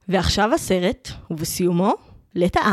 ועכשיו הסרט, ובסיומו, לטאה.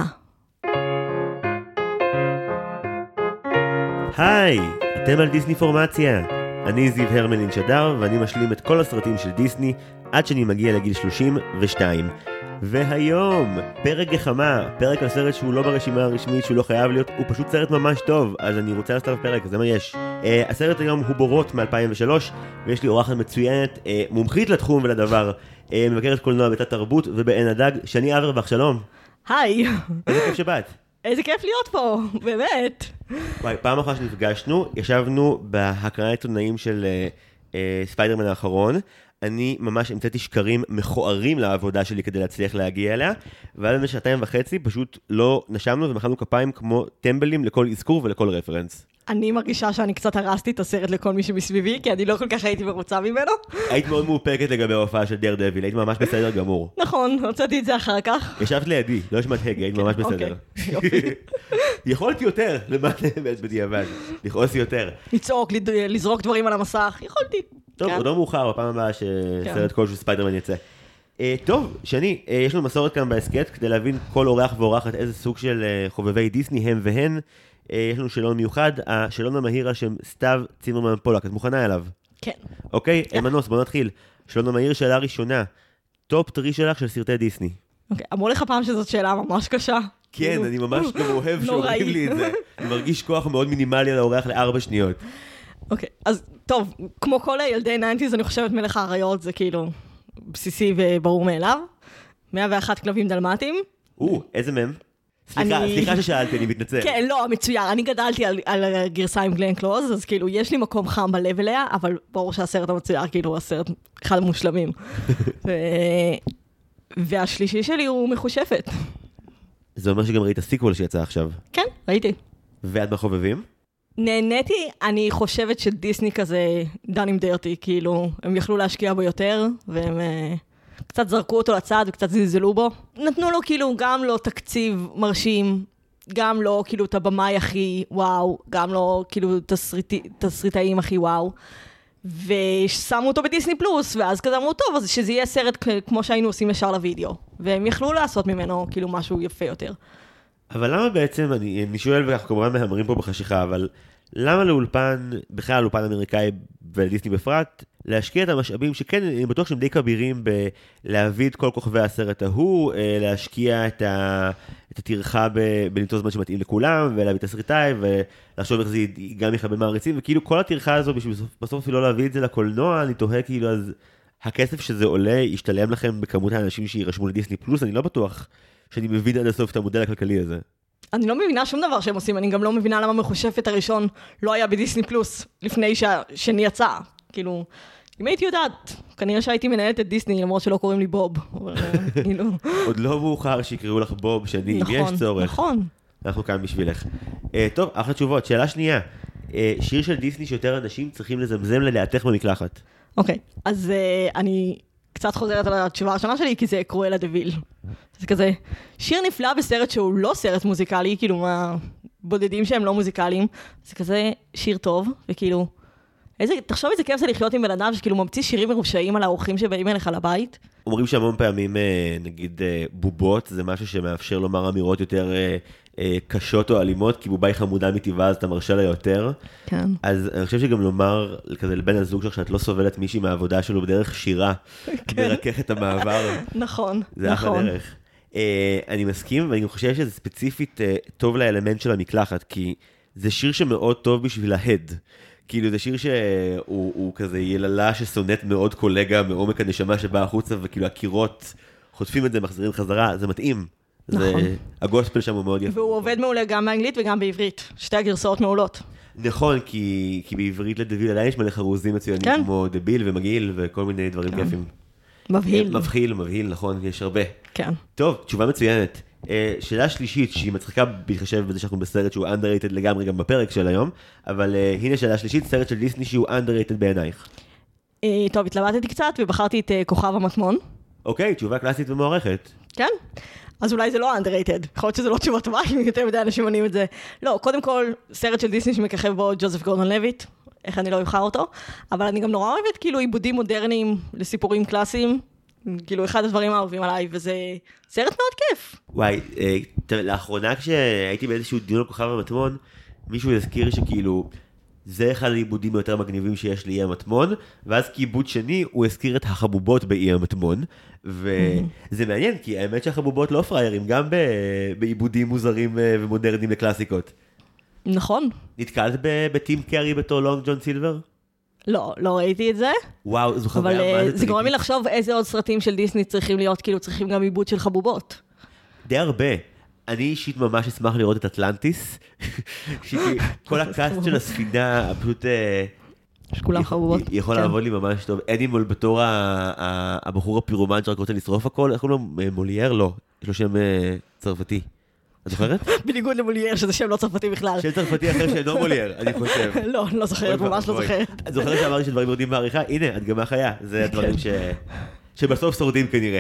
היי, אתם על דיסני פורמציה. אני זיו הרמלין שדר, ואני משלים את כל הסרטים של דיסני עד שאני מגיע לגיל 32. והיום, פרק גחמה, פרק על סרט שהוא לא ברשימה הרשמית, שהוא לא חייב להיות, הוא פשוט סרט ממש טוב, אז אני רוצה לעשות עליו פרק, זה מה יש. הסרט היום הוא בורות מ-2003, ויש לי אורחת מצוינת, מומחית לתחום ולדבר, מבקרת קולנוע בתת תרבות ובעין הדג, שני אברבך, שלום. היי. איזה כיף שבאת. איזה כיף להיות פה, באמת. וואי, פעם אחת שנפגשנו, ישבנו בהקראת עיתונאים של ספיידרמן האחרון, אני ממש המצאתי שקרים מכוערים לעבודה שלי כדי להצליח להגיע אליה, ואז במשך 2.5 פשוט לא נשמנו ומחאנו כפיים כמו טמבלים לכל אזכור ולכל רפרנס. אני מרגישה שאני קצת הרסתי את הסרט לכל מי שמסביבי, כי אני לא כל כך הייתי מרוצה ממנו. היית מאוד מאופקת לגבי ההופעה של דר דביל, היית ממש בסדר גמור. נכון, הוצאתי את זה אחר כך. ישבת לידי, לא שמעת הגה, היית ממש בסדר. יכולתי יותר, למען האמת בדיעבד, לכעוס יותר. לצעוק, לזרוק דברים על המסך, יכולתי. טוב, עוד לא מאוחר, בפעם הבאה שסרט כלשהו ספיידרמן יצא. טוב, שני, יש לנו מסורת כאן בהסקט, כדי להבין כל אורח ואורחת איזה סוג של חובבי דיסני הם והן. יש לנו שאלון מיוחד, השאלון המהיר על שם סתיו צימרמן פולק, את מוכנה אליו? כן. אוקיי, מנוס, בוא נתחיל. שאלון המהיר, שאלה ראשונה, טופ 3 שלך של סרטי דיסני. אוקיי, אמרו לך פעם שזאת שאלה ממש קשה. כן, אני ממש גם אוהב שאומרים לי את זה. אני מרגיש כוח מאוד מינימלי על האורח ל4 שניות. אוקיי, אז טוב, כמו כל הילדי 90s, אני חושבת מלך האריות זה כאילו בסיסי וברור מאליו. 101 כלבים דלמטיים. איזה מהם? סליחה ששאלתי, אני מתנצל. כן, לא, מצויר. אני גדלתי על הגרסה עם גלן קלוז, אז כאילו יש לי מקום חם בלב אליה, אבל ברור שהסרט המצויר כאילו הסרט אחד המושלמים. והשלישי שלי הוא מחושפת. זה אומר שגם ראית סיקוול שיצא עכשיו. כן, ראיתי. ואת בחובבים? נהניתי, אני חושבת שדיסני כזה דן עם דרטי, כאילו, הם יכלו להשקיע בו יותר, והם קצת זרקו אותו לצד וקצת זלזלו בו. נתנו לו כאילו גם לא תקציב מרשים, גם לא כאילו את הבמאי הכי וואו, גם לא כאילו תסריטאים הכי וואו, ושמו אותו בדיסני פלוס, ואז כזה אמרו, טוב, אז שזה יהיה סרט כמו שהיינו עושים ישר לוידאו, והם יכלו לעשות ממנו כאילו משהו יפה יותר. אבל למה בעצם, אני שואל ואנחנו כמובן מהמרים פה בחשיכה, אבל למה לאולפן, בכלל לאולפן אמריקאי ולדיסני בפרט, להשקיע את המשאבים שכן, אני בטוח שהם די כבירים בלהביא את כל כוכבי הסרט ההוא, להשקיע את התרחה בלמצוא זמן שמתאים לכולם, ולהביא את הסרטאי, ולחשוב איך זה גם יכבל מעריצים, וכאילו כל התרחה הזו, בשביל בסוף אפילו לא להביא את זה לקולנוע, אני תוהה כאילו, אז הכסף שזה עולה, ישתלם לכם בכמות האנשים שירשמו לדיסני פלוס, אני לא בטוח שאני מבין עד הסוף את המודל הכלכלי הזה. אני לא מבינה שום דבר שהם עושים, אני גם לא מבינה למה מחושפת הראשון לא היה בדיסני פלוס, לפני שהשני יצא. כאילו, אם הייתי יודעת, כנראה שהייתי מנהלת את דיסני, למרות שלא קוראים לי בוב. עוד לא מאוחר שיקראו לך בוב, שני, אם יש צורך. נכון. אנחנו כאן בשבילך. טוב, אחלה תשובות. שאלה שנייה, שיר של דיסני שיותר אנשים צריכים לזמזם לדעתך במקלחת. אוקיי, אז אני קצת חוזרת על התשובה הראשונה שלי, כי זה קרואלה דה ויל. זה כזה, שיר נפלא בסרט שהוא לא סרט מוזיקלי, כאילו מהבודדים שהם לא מוזיקליים, זה כזה שיר טוב, וכאילו, תחשוב איזה כיף זה לחיות עם בן אדם, שכאילו ממציא שירים מרושעים על האורחים שבאים אליך לבית. אומרים שהמון פעמים, נגיד, בובות, זה משהו שמאפשר לומר אמירות יותר קשות או אלימות, כי בובה היא חמודה מטבעה, אז אתה מרשה לה יותר. כן. אז אני חושב שגם לומר כזה לבן הזוג שלך, שאת לא סובלת מישהי מהעבודה שלו בדרך שירה, מרכך את המעבר. נכון, זה אחלה דרך. אני מסכים, ואני חושב שזה ספציפית טוב לאלמנט של המקלחת, כי זה שיר שמאוד טוב בשביל ההד. כאילו זה שיר שהוא כזה יללה ששונאת מאוד קולגה מעומק הנשמה שבאה החוצה, וכאילו הקירות חוטפים את זה, מחזירים חזרה, זה מתאים. נכון. הגוספל שם הוא מאוד יפה. והוא עובד מעולה גם באנגלית וגם בעברית. שתי הגרסאות מעולות. נכון, כי בעברית לדביל עדיין יש מלא חרוזים מצוינים, כמו דביל ומגעיל וכל מיני דברים כיפים. מבהיל, נכון, יש הרבה. כן. טוב, תשובה מצוינת. שאלה שלישית, שהיא מצחיקה בהתחשב בזה שאנחנו בסרט שהוא underrated לגמרי גם בפרק של היום, אבל הנה שאלה שלישית, סרט של דיסני שהוא underrated בעינייך. טוב, התלבטתי קצת ובחרתי את כוכב המטמון. אוקיי, תשובה קלאסית ומוערכת. כן? אז אולי זה לא underrated. יכול להיות שזה לא תשובה טובה, אם יותר מדי אנשים עונים את זה. לא, קודם כל, סרט של דיסני שמככב בו ג'וזף גורדון לויט, איך אני לא אבחר אותו, אבל אני גם נורא אוהבת כאילו עיבודים מודרניים לסיפורים קלאסיים, כאילו, אחד הדברים האהובים עליי, וזה סרט מאוד כיף. וואי, לאחרונה כשהייתי באיזשהו דיון על כוכב המטמון, מישהו הזכיר שכאילו, זה אחד העיבודים היותר מגניבים שיש לאי המטמון, ואז כעיבוד שני הוא הזכיר את החבובות באי המטמון, וזה מעניין, כי האמת שהחבובות לא פריירים, גם בעיבודים מוזרים ומודרניים לקלאסיקות. נכון. נתקלת בטים קרי בתור לונג ג'ון סילבר? לא, לא ראיתי את זה. וואו, זו חוויה מה אבל זה גורם לי לחשוב איזה עוד סרטים של דיסני צריכים להיות, כאילו צריכים גם עיבוד של חבובות. די הרבה. אני אישית ממש אשמח לראות את אטלנטיס. כל הקאסט של הספינה, פשוט... שכולם חבובות. יכול לעבוד לי ממש טוב. אנימול בתור הבחור הפירומן שרק רוצה לשרוף הכל, איך קוראים לו? מולייר? לא. יש לו שם צרפתי. את זוכרת? בניגוד למולייר, שזה שם לא צרפתי בכלל. שם צרפתי אחר שאינו מולייר, אני חושב. לא, לא זוכרת, ממש לא זוכרת. את זוכרת שאמרתי שדברים יורדים בעריכה? הנה, הדגמה חיה. זה הדברים שבסוף שורדים כנראה.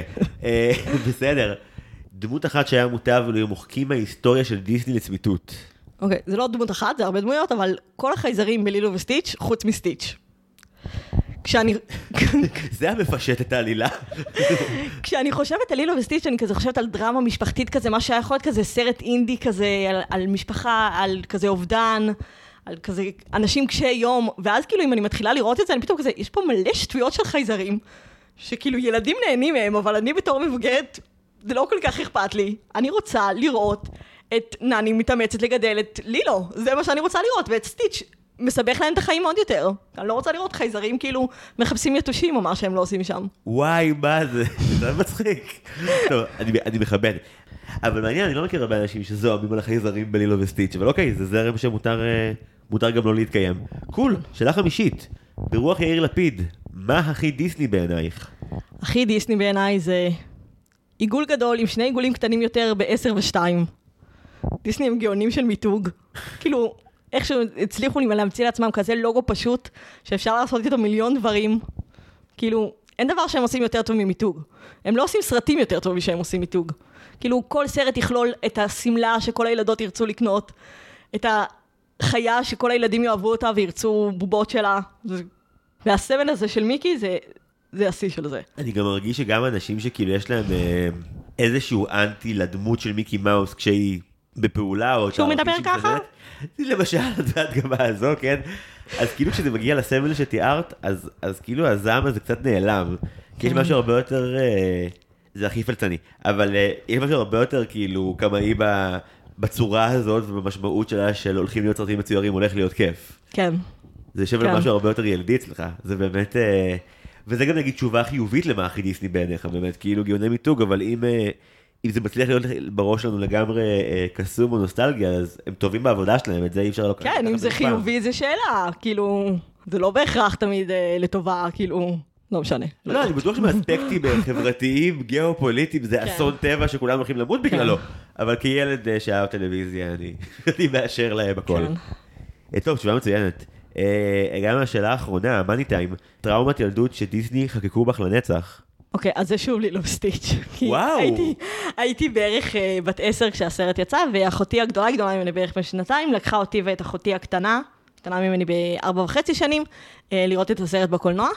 בסדר. דמות אחת שהיה מוטב ולא מוחקים מההיסטוריה של דיסני לצמיתות. אוקיי, זה לא דמות אחת, זה הרבה דמויות, אבל כל החייזרים בלילו וסטיץ' חוץ מסטיץ'. כשאני... זה המפשט את העלילה. כשאני חושבת על לילו וסטיץ', אני כזה חושבת על דרמה משפחתית כזה, מה שהיה יכול להיות כזה סרט אינדי כזה, על משפחה, על כזה אובדן, על כזה אנשים קשי יום, ואז כאילו אם אני מתחילה לראות את זה, אני פתאום כזה, יש פה מלא שטויות של חייזרים, שכאילו ילדים נהנים מהם, אבל אני בתור מבוגרת, זה לא כל כך אכפת לי. אני רוצה לראות את נני מתאמצת לגדל את לילו, זה מה שאני רוצה לראות, ואת סטיץ' מסבך להם את החיים עוד יותר. אני לא רוצה לראות חייזרים כאילו מחפשים יתושים או מה שהם לא עושים שם. וואי, מה זה? זה מצחיק. טוב, אני מכבד. אבל מעניין, אני לא מכיר הרבה אנשים שזוהמים על החייזרים בלילו וסטיץ', אבל אוקיי, זה זרם שמותר גם לא להתקיים. קול, שאלה חמישית. ברוח יאיר לפיד, מה הכי דיסני בעינייך? הכי דיסני בעיניי זה עיגול גדול עם שני עיגולים קטנים יותר ב10 ו2. דיסני הם גאונים של מיתוג. כאילו... איכשהו הצליחו להמציא לעצמם כזה לוגו פשוט, שאפשר לעשות איתו מיליון דברים. כאילו, אין דבר שהם עושים יותר טוב ממיתוג. הם לא עושים סרטים יותר טוב משהם עושים מיתוג. כאילו, כל סרט יכלול את הסמלה שכל הילדות ירצו לקנות, את החיה שכל הילדים יאהבו אותה וירצו בובות שלה. והסמל הזה של מיקי זה השיא של זה. אני גם מרגיש שגם אנשים שכאילו יש להם איזשהו אנטי לדמות של מיקי מאוס כשהיא בפעולה או... שהוא מדבר ככה? למשל, את ההדגמה הזו, כן? אז כאילו כשזה מגיע לסמל שתיארת, אז כאילו הזעם הזה קצת נעלם. כי יש משהו הרבה יותר... זה הכי פלצני. אבל יש משהו הרבה יותר כאילו קמאי בצורה הזאת ובמשמעות שלה של הולכים להיות סרטים מצוירים, הולך להיות כיף. כן. זה יושב על משהו הרבה יותר ילדי אצלך. זה באמת... וזה גם נגיד תשובה חיובית למה הכי דיסני בעיניך, באמת, כאילו גאוני מיתוג, אבל אם זה מצליח להיות בראש שלנו לגמרי קסום או נוסטלגיה, אז הם טובים בעבודה שלהם, את זה אי אפשר לקחת. כן, אם זה חיובי זה שאלה, כאילו, זה לא בהכרח תמיד לטובה, כאילו, לא משנה. לא, אני בטוח שמאספקטים חברתיים, גיאופוליטיים, זה אסון טבע שכולם הולכים למות בגללו, אבל כילד שאהב טלוויזיה, אני מאשר להם הכל. טוב, תשובה מצוינת. הגענו לשאלה האחרונה, מאני טיים, טראומת ילדות שדיסני חקקו בך לנצח. אוקיי, אז זה שוב לילו וסטיץ'. וואו. הייתי בערך בת 10 כשהסרט יצא, ואחותי הגדולה ממני בערך בשנתיים, לקחה אותי ואת אחותי הקטנה ממני ב4.5 שנים, לראות את הסרט בקולנוע.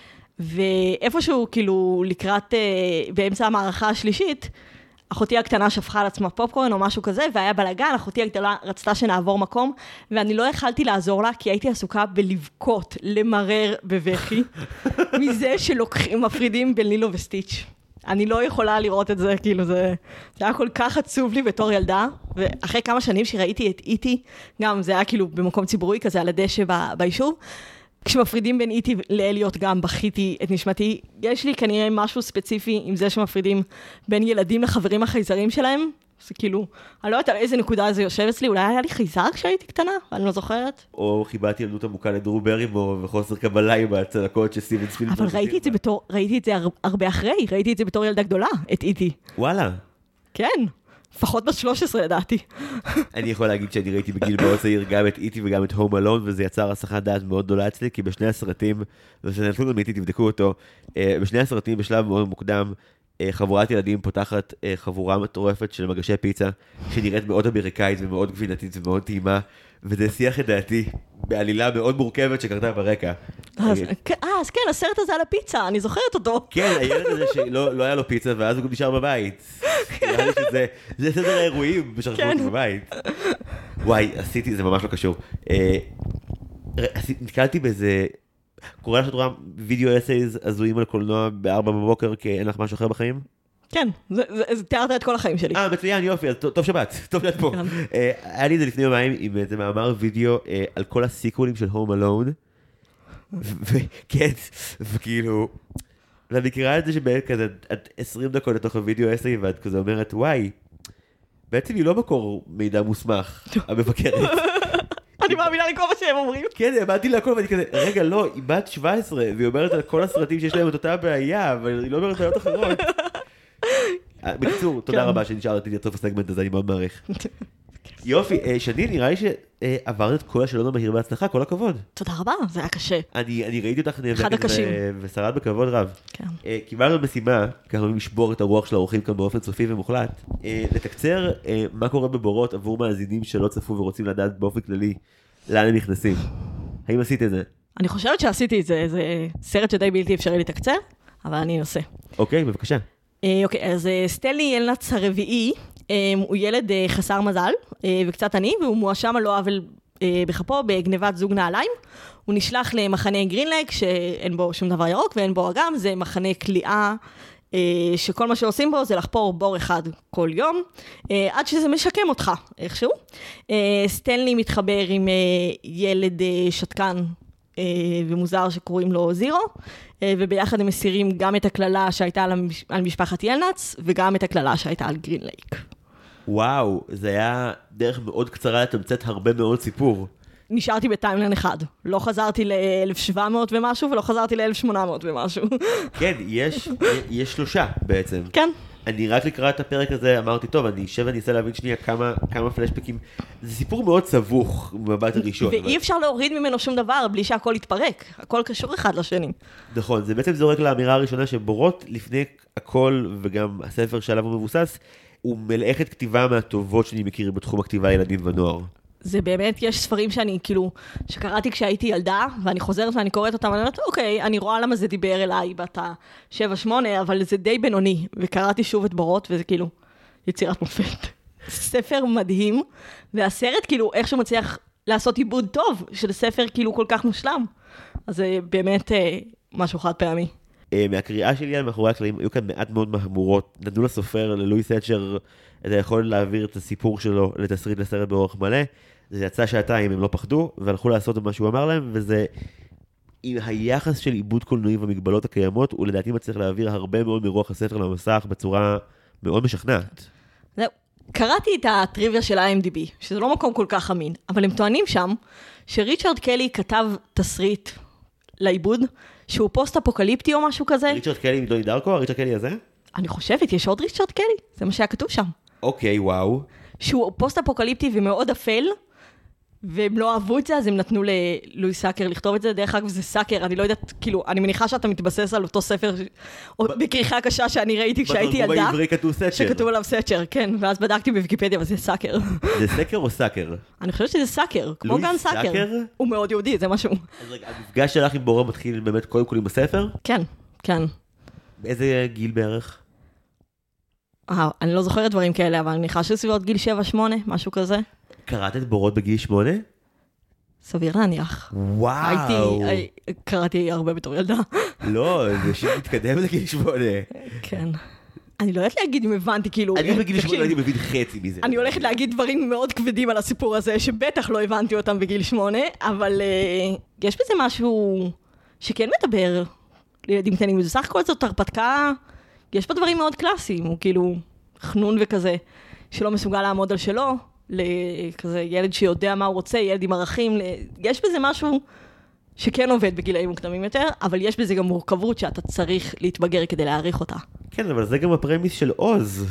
ואיפשהו, כאילו, לקראת, באמצע המערכה השלישית, אחותי הקטנה שפכה על עצמה פופקורן או משהו כזה, והיה בלגן, אחותי הגדולה רצתה שנעבור מקום, ואני לא יכלתי לעזור לה, כי הייתי עסוקה בלבכות, למרר בבכי, מזה מפרידים בין לילו וסטיץ'. אני לא יכולה לראות את זה, כאילו זה היה כל כך עצוב לי בתור ילדה, ואחרי כמה שנים שראיתי את איטי, גם זה היה כאילו במקום ציבורי כזה, על הדשא ביישוב, כשמפרידים בין איטי לאליות גם בכיתי את נשמתי, יש לי כנראה משהו ספציפי עם זה שמפרידים בין ילדים לחברים החייזרים שלהם, זה כאילו, אני לא יודעת על איזה נקודה זה יושב אצלי, אולי היה לי חייזר כשהייתי קטנה, אני לא זוכרת. או חיבתי ילדות עמוקה לדרו ברימור וחוסר קבלה עם הצלקות שסטיבן ספילברג. אבל ראיתי את זה הרבה אחרי, ראיתי את זה בתור ילדה גדולה, את איטי. וואלה. כן. לפחות בת 13 ידעתי. אני יכול להגיד שאני ראיתי בגיל מאוד צעיר גם את איטי וגם את הום אלון, וזה יצר הסחת דעת מאוד גדולה אצלי, כי בשני הסרטים, וזה נתון אמיתי, תבדקו אותו, בשני הסרטים בשלב מאוד מוקדם, חבורת ילדים פותחת חבורה מטורפת של מגשי פיצה, שנראית מאוד אמריקאית ומאוד גבינתית ומאוד טעימה, וזה שיח את דעתי בעלילה מאוד מורכבת שקרתה ברקע. אז כן, הסרט הזה על הפיצה, אני זוכרת אותו. כן, הילד הזה שלא היה לו פיצה, ואז הוא גם נשאר בבית. נראה לי שזה סדר האירועים בשרפות בבית. וואי, עשיתי, זה ממש לא קשור. נתקלתי באיזה, קורא לך שאת רואה וידאו אסייז הזויים על קולנוע ב-4 בבוקר, כי אין לך משהו אחר בחיים? כן, תיארת את כל החיים שלי. מצוין, יופי, אז טוב שבת, טוב שאת פה. היה לי את זה לפני יומיים עם איזה מאמר וידאו על כל הסיקוולים של Home Alone, וכן, וכאילו, ואני מכירה את זה שבאמת כזה, את 20 דקות לתוך הוידאו אסי, ואת כזה אומרת, וואי, בעצם היא לא מקור מידע מוסמך, המבקרת. אני מאמינה לכל מה שהם אומרים. כן, אמרתי לה הכל, ואני כזה, רגע, לא, היא בת 17, והיא אומרת על כל הסרטים שיש להם את אותה בעיה, אבל היא לא אומרת בעיות אחרות. בקיצור, תודה רבה שנשארתי לרצוף הסגמנט הזה, אני מאוד מעריך. יופי, שני, נראה לי שעברת את כל השאלון המהיר בהצלחה, כל הכבוד. תודה רבה, זה היה קשה. אני ראיתי אותך נאבקת ושרד בכבוד רב. קיבלנו משימה, ככה לשבור את הרוח של האורחים כאן באופן סופי ומוחלט, לתקצר מה קורה בבורות עבור מאזינים שלא צפו ורוצים לדעת באופן כללי לאן הם נכנסים. האם עשית את זה? אני חושבת שעשיתי את זה, זה סרט שדי בלתי אפשרי לתקצר, אבל אני אנסה. אוקיי, בבקשה. אוקיי, אז סטנלי ילנץ הרביעי, הוא ילד חסר מזל וקצת עני, והוא מואשם על לא עוול בכפו בגנבת זוג נעליים. הוא נשלח למחנה גרינלייק, שאין בו שום דבר ירוק ואין בו אגם, זה מחנה כליאה, שכל מה שעושים בו זה לחפור בור אחד כל יום, עד שזה משקם אותך איכשהו. סטנלי מתחבר עם ילד שתקן ומוזר שקוראים לו זירו, וביחד הם מסירים גם את הכללה שהייתה על משפחת ילנץ, וגם את הכללה שהייתה על גרינלייק. וואו, זה היה דרך מאוד קצרה לתמצת הרבה מאוד סיפור. נשארתי בטיימליין אחד. לא חזרתי ל-1700 ומשהו, ולא חזרתי ל-1800 ומשהו. כן, יש 3 בעצם. כן. אני רק לקראת הפרק הזה אמרתי, טוב, אני אשב ואני אנסה להבין שנייה כמה פלשבקים. זה סיפור מאוד סבוך במבט הראשון. ואי אפשר להוריד ממנו שום דבר בלי שהכל יתפרק. הכל קשור אחד לשני. נכון, זה בעצם זורק לאמירה הראשונה שבורות לפני הכל, וגם הספר שעליו הוא מבוסס, הוא מלאכת כתיבה מהטובות שאני מכיר בתחום הכתיבה ילדים ונוער. זה באמת, יש ספרים שאני כאילו, שקראתי כשהייתי ילדה, ואני חוזרת ואני קוראת אותם, ואני אומרת, אוקיי, אני רואה למה זה דיבר אליי בת ה-7-8, אבל זה די בינוני, וקראתי שוב את בורות, וזה כאילו יצירת מופת. ספר מדהים, והסרט כאילו, איך שהוא מצליח לעשות עיבוד טוב, של ספר כאילו כל כך מושלם. אז זה באמת משהו חד פעמי. מהקריאה שלי על מאחורי הקלעים, היו כאן מעט מאוד מהמורות, נתנו לסופר, ללואיס אצ'ר, את היכולת להעביר את הסיפור שלו לתסריט לסרט באורך מלא, זה יצא 2 הם לא פחדו, והלכו לעשות את מה שהוא אמר להם, וזה עם היחס של עיבוד קולנועי והמגבלות הקיימות, הוא לדעתי מצליח להעביר הרבה מאוד מרוח הספר למסך בצורה מאוד משכנעת. זהו, קראתי את הטריוויה של ה-IMDb, שזה לא מקום כל כך אמין, אבל הם טוענים שם שריצ'רד קלי כתב תסריט לעיבוד, שהוא פוסט-אפוקליפטי או משהו כזה. ריצ'רד קלי מדוני דארקו, הריצ'רד קלי הזה? אני חושבת, יש עוד ריצ'רד קלי, זה מה שהיה כתוב שם. אוקיי, וואו. שהוא פוסט-אפוקליפטי ומאוד אפל, והם לא אהבו את זה, אז הם נתנו ללואיס סאקר לכתוב את זה. דרך אגב, זה סאקר, אני לא יודעת, כאילו, אני מניחה שאתה מתבסס על אותו ספר, או בכריכה קשה שאני ראיתי כשהייתי ילדה. בתרגום העברי כתוב סצ'ר. שכתוב עליו סצ'ר, כן, ואז בדקתי בוויקיפדיה, אבל זה סאקר. זה סקר או סאקר? אני חושבת שזה סאקר, כמו גן סאקר. לואיס סאקר? הוא מאוד יהודי, זה משהו. אז רגע, המפגש שלך עם בורר מתחיל באמת קודם כל עם הספר? כן, כן. באיזה גיל בערך? אני לא זוכרת דברים כאלה, אבל אני מניחה שסביבות גיל 7-8, משהו כזה. קראת את בורות בגיל 8? סביר להניח. וואו. קראתי הרבה בתור ילדה. לא, זה שמתקדם לגיל 8. כן. אני לא יודעת להגיד אם הבנתי, כאילו... אני בגיל 8 הייתי מבין חצי מזה. אני הולכת להגיד דברים מאוד כבדים על הסיפור הזה, שבטח לא הבנתי אותם בגיל 8, אבל יש בזה משהו שכן מדבר לילדים קטנים. זה סך הכל זאת הרפתקה, יש פה דברים מאוד קלאסיים, הוא כאילו חנון וכזה, שלא מסוגל לעמוד על שלו, לכזה ילד שיודע מה הוא רוצה, ילד עם ערכים, יש בזה משהו שכן עובד בגילאים מוקדמים יותר, אבל יש בזה גם מורכבות שאתה צריך להתבגר כדי להעריך אותה. כן, אבל זה גם הפרמיס של עוז.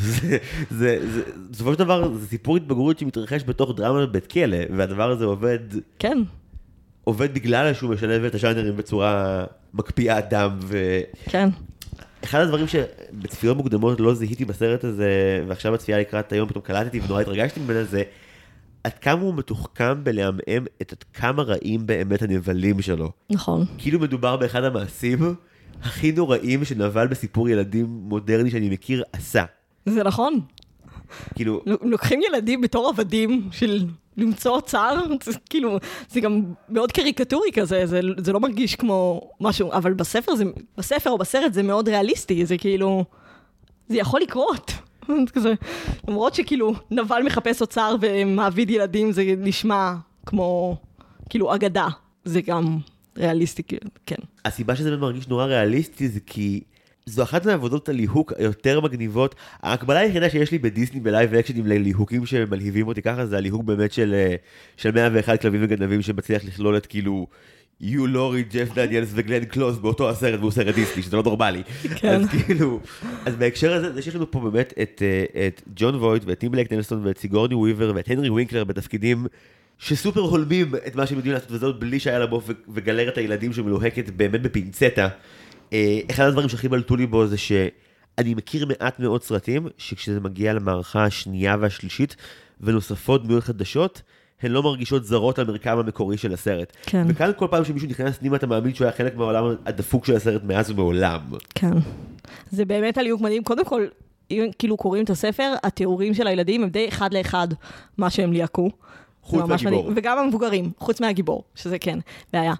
בסופו של דבר, זה סיפור התבגרות שמתרחש בתוך דרמה בבית כלא, והדבר הזה עובד... כן. עובד בגלל שהוא משלב את השאנרים בצורה מקפיאה דם כן. אחד הדברים שבצפיות מוקדמות לא זיהיתי בסרט הזה, ועכשיו בצפייה לקראת היום פתאום קלטתי ונורא התרגשתי ממנה, זה עד כמה הוא מתוחכם בלעמעם את עד כמה רעים באמת הנבלים שלו. נכון. כאילו מדובר באחד המעשים הכי נוראים שנבל בסיפור ילדים מודרני שאני מכיר עשה. זה נכון. כאילו... לוקחים ילדים בתור עבדים של למצוא צער, כאילו, זה גם מאוד קריקטורי כזה, זה לא מרגיש כמו משהו, אבל בספר או בסרט זה מאוד ריאליסטי, זה כאילו, זה יכול לקרות. כזה, למרות שכאילו נבל מחפש אוצר ומעביד ילדים, זה נשמע כמו, כאילו, אגדה. זה גם ריאליסטי, כן. הסיבה שזה מרגיש נורא ריאליסטי זה כי זו אחת מהעבודות הליהוק היותר מגניבות. ההקבלה היחידה שיש לי בדיסני בלייב אקשנים לליהוקים שמלהיבים אותי ככה, זה הליהוק באמת של 101 כלבים וגנבים שמצליח לכלול את כאילו יו לורי, ג'ף דניאלס וגלן קלוז באותו הסרט, והוא סרט דיסני, שזה לא נורמלי. כן. אז כאילו, אז בהקשר הזה, יש לנו פה באמת את ג'ון וויט ואת טים בלייק נלסון ואת סיגורני וויבר ואת הנרי ווינקלר בתפקידים שסופר הולמים את מה שהם יודעים לעשות, וזאת בלי שהיה לבוא וגלרת הילדים שמלוהקת באמת בפינצטה. אחד הדברים שהכי בלטו לי בו זה שאני מכיר מעט מאוד סרטים, שכשזה מגיע למערכה השנייה והשלישית, ונוספות דמויות חדשות, הן לא מרגישות זרות למרקם המקורי של הסרט. כן. וכאן כל פעם שמישהו נכנס פנימה, אתה מאמין שהוא היה חלק מהעולם הדפוק של הסרט מאז ומעולם. כן. זה באמת הליהוק מדהים. קודם כל, אם כאילו קוראים את הספר, התיאורים של הילדים הם די אחד לאחד מה שהם ליהקו. חוץ מהגיבור. וגם המבוגרים, חוץ מהגיבור, שזה כן, בעיה.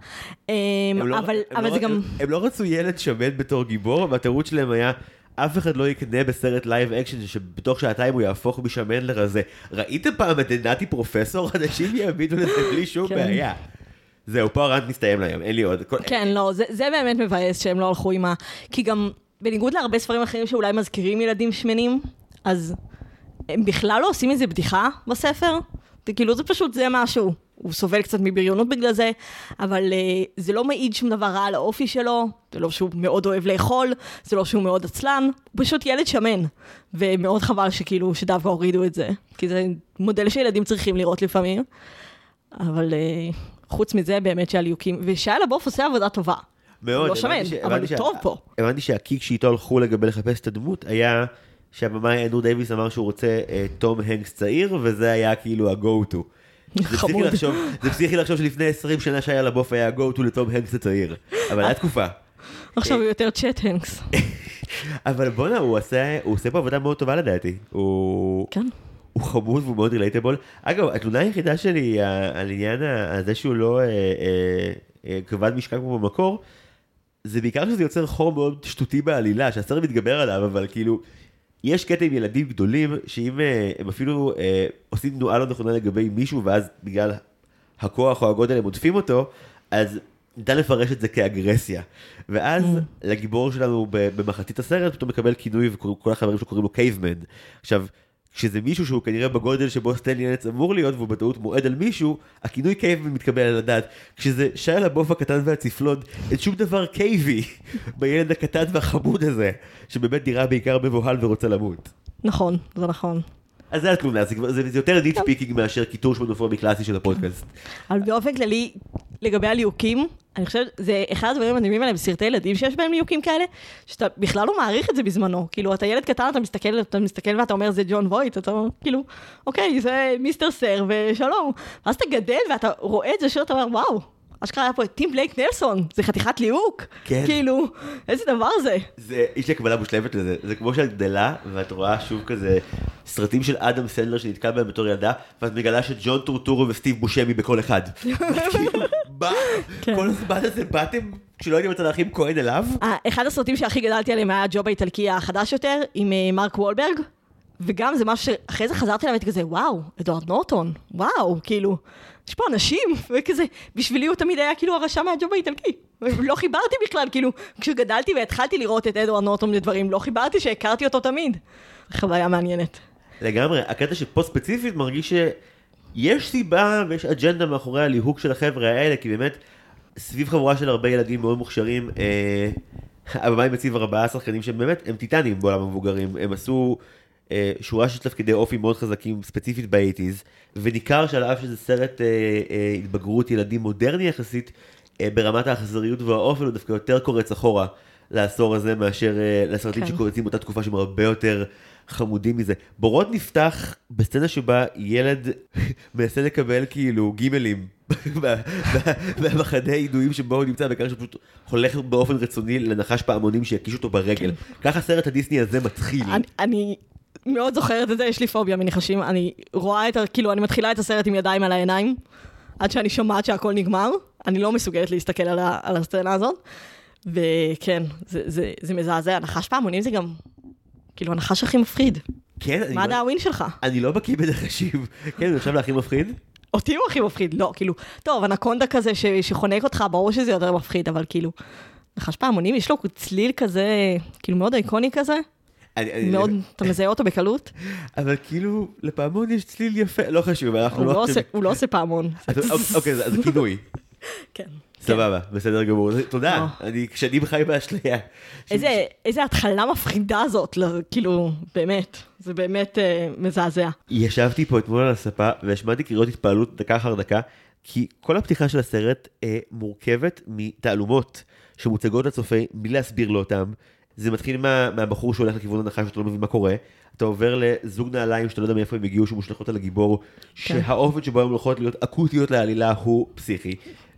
אבל זה גם... הם לא רצו ילד שמן בתור גיבור, והתירוץ שלהם היה, אף אחד לא יקנה בסרט לייב אקשן, שבתוך שעתיים הוא יהפוך משמן לרזה. ראיתם פעם את נתי פרופסור? אנשים יאמינו לזה בלי שום בעיה. זהו, פה הרנט מסתיים להם, אין לי עוד. כן, לא, זה באמת מבאס שהם לא הלכו עם כי גם בניגוד להרבה ספרים אחרים שאולי מזכירים ילדים שמנים, אז הם בכלל לא עושים איזה בדיחה בספר. כאילו זה פשוט, זה משהו. הוא סובל קצת מבריונות בגלל זה, אבל זה לא מעיד שום דבר רע על האופי שלו, זה לא שהוא מאוד אוהב לאכול, זה לא שהוא מאוד עצלן, הוא פשוט ילד שמן, ומאוד חבל שכאילו שדווקא הורידו את זה, כי זה מודל שילדים צריכים לראות לפעמים, אבל חוץ מזה באמת שהליהוקים, ושיה לבוף עושה עבודה טובה. מאוד. לא שמן, אבל הוא טוב פה. הבנתי שהקיק שאיתו הלכו לגבי לחפש את הדמות, היה שהבמאי אנדרו דייוויס אמר שהוא רוצה תום הנקס צעיר, וזה היה כאילו ה-go-to. זה פסיכי לחשוב שלפני 20 שנה שהיה לבוף היה go-to לתום הנקס הצעיר. אבל היה תקופה. עכשיו הוא יותר צ'ט הנקס. אבל בונה, הוא עושה פה עבודה מאוד טובה לדעתי. כן. הוא חמוד והוא מאוד רילייטבול. אגב, התלונה היחידה שלי על עניין הזה שהוא לא כבד משקל כמו במקור, זה בעיקר שזה יוצר חור מאוד שטותי בעלילה, שהסרט מתגבר עליו, אבל כאילו, יש קטע עם ילדים גדולים, שאם הם אפילו עושים תנועה לא נכונה לגבי מישהו, ואז בגלל הכוח או הגודל הם עודפים אותו, אז ניתן לפרש את זה כאגרסיה. ואז לגיבור שלנו במחצית הסרט, פתאום מקבל כינוי, וכל החברים שלו קוראים לו קייבמן. עכשיו, כשזה מישהו שהוא כנראה בגודל שבו סטנלי ינץ אמור להיות, והוא בטעות מועד על מישהו, הכינוי קייבמן מתקבל על הדעת. כשזה שיה לבוף הקטן והצפלון, אין שום דבר קייבי בילד הקטן והחמוד הזה, שבאמת נראה בעיקר מבוהל ורוצה למות. נכון, זה נכון. אז זה התלונה, זה יותר ניט ספיקינג מאשר קיטור שמונופומי קלאסי של הפודקאסט. אבל באופן כללי, לגבי הליהוקים, אני חושבת, זה אחד הדברים המדהימים עליהם בסרטי ילדים שיש בהם ליהוקים כאלה, שאתה בכלל לא מעריך את זה בזמנו. כאילו, אתה ילד קטן, אתה מסתכל ואתה אומר, זה ג'ון וויט, אתה אומר, כאילו, אוקיי, זה מיסטר סר ושלום. ואז אתה גדל ואתה רואה את זה שאתה אומר, וואו, אשכרה היה פה את טים בלייק נלסון, זה חתיכת ליהוק. כן. כאילו, איזה דבר זה. יש לי הקבלה מושלמת לזה, זה כמו שאת גדלה, ואת רואה שוב כזה סרטים של אדם סנדלר שנתקל בהם בתור ילדה, ואת מגלה שג'ון טורטורו וסטיב בושמי בכל אחד. כל הזמן הזה באתם כשלא הייתם מצד האחים כהן אליו? אחד הסרטים שהכי גדלתי עליהם היה הג'וב האיטלקי החדש יותר, עם מרק וולברג, וגם זה משהו שאחרי זה חזרתי אליו, הייתי כזה, וואו, אדוארד נורטון, וואו, כאילו, יש פה אנשים, וכזה, בשבילי הוא תמיד היה כאילו הרשע מהג'וב האיטלקי. לא חיברתי בכלל, כאילו, כשגדלתי והתחלתי לראות את אדוארד נורטון לדברים, לא חיברתי שהכרתי אותו תמיד. חוויה מעניינת. לגמרי, הקטע שפה ספציפית מרגיש שיש סיבה ויש אג'נדה מאחורי הליהוק של החבר'ה האלה, כי באמת, סביב חבורה של הרבה ילדים מאוד מוכשרים, הבמאי מציב 4 שחקנים שהם באמת, הם טיטנים בעולם המבוגרים, הם עשו שורה של תפקידי אופי מאוד חזקים, ספציפית ב-80s, וניכר שעל אף שזה סרט התבגרות ילדים מודרני יחסית, ברמת האכזריות והאופן הוא דווקא יותר קורץ אחורה לעשור הזה, מאשר לסרטים שקורצים באותה תקופה שהם הרבה יותר חמודים מזה. בורות נפתח בסצנה שבה ילד מנסה לקבל כאילו גימלים במחנה עינויים שבו הוא נמצא, וכך שפשוט הולך באופן רצוני לנחש פעמונים שיקיש אותו ברגל. ככה הסרט הדיסני הזה מתחיל. אני מאוד זוכרת את זה, יש לי פוביה מנחשים, אני רואה כאילו, אני מתחילה את הסרט עם ידיים על העיניים, עד שאני שומעת שהכל נגמר, אני לא מסוגלת להסתכל על הסצנה הזאת, וכן, זה מזעזע, נחש פעמונים זה גם, כאילו, הנחש הכי מפחיד. כן, מה הדאווין שלך? אני לא בקיא בנחשים. כן, הוא עכשיו להכי מפחיד? אותי הוא הכי מפחיד, לא, כאילו, טוב, אנקונדה כזה שחונק אותך, ברור שזה יותר מפחיד, אבל כאילו, נחש פעמונים, יש לו צליל כזה, כאילו, מאוד איקוני כזה, מאוד, אתה מזהה אותו בקלות. אבל כאילו, לפעמון יש צליל יפה, לא חשוב, אנחנו לא... הוא לא עושה פעמון. אוקיי, אז כינוי. כן. סבבה, בסדר גמור. תודה, אני שנים חי באשליה. איזה התחלה מפחידה זאת, כאילו, באמת, זה באמת מזעזע. ישבתי פה אתמול על הספה, והשמעתי קריאות התפעלות דקה אחר דקה, כי כל הפתיחה של הסרט מורכבת מתעלומות שמוצגות לצופה, בלי להסביר לו אותם. זה מתחיל מהבחור שהולך לכיוון הנחש, שאתה לא מבין מה קורה. אתה עובר לזוג נעליים שאתה לא יודע מאיפה הם הגיעו, שמושלכות על הגיבור, שהאופן שבו הם הולכות להיות אקוטיות לעלילה הוא פסיכי.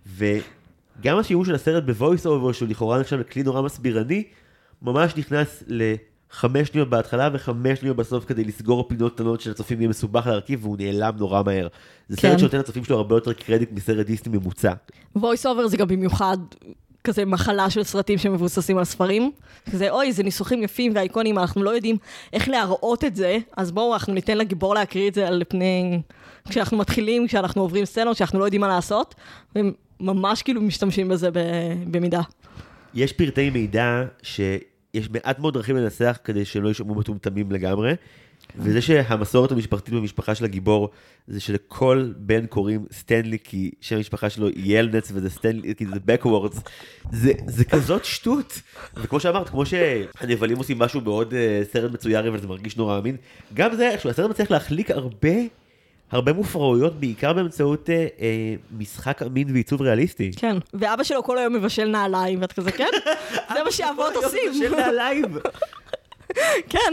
וגם השימוש של הסרט בוויס אובר, שהוא לכאורה נחשב לכלי נורא מסבירני, ממש נכנס ל5 שניות בהתחלה ו5 שניות בסוף, כדי לסגור פינות קטנות של הצופים יהיה מסובך להרכיב, והוא נעלם נורא מהר. זה סרט שנותן לצופים שלו הרבה יותר קרדיט מסרט דיסני ממוצע. וויס אובר זה גם במיוחד כזה מחלה של סרטים שמבוססים על ספרים. כזה, אוי, זה ניסוחים יפים והאיקונים, אנחנו לא יודעים איך להראות את זה, אז בואו, אנחנו ניתן לגיבור להקריא את זה על פני... כשאנחנו מתחילים, כשאנחנו עוברים סצנות, שאנחנו לא יודעים מה לעשות, והם ממש כאילו משתמשים בזה במידה. יש פרטי מידע שיש מעט מאוד דרכים לנסח כדי שלא יישמעו מטומטמים לגמרי, וזה שהמסורת המשפחתית במשפחה של הגיבור, זה שלכל בן קוראים סטנלי, כי שם המשפחה שלו ילנץ, וזה סטנלי, כי זה בקוורדס, זה כזאת שטות. וכמו שאמרת, כמו שהנבלים עושים משהו בעוד סרט מצויר, אבל זה מרגיש נורא אמין, גם זה, הסרט מצליח להחליק הרבה מופרעויות, בעיקר באמצעות משחק אמין ועיצוב ריאליסטי. כן, ואבא שלו כל היום מבשל נעליים, ואת כזה, כן? זה מה שאבות עושים. מבשל נעליים. כן.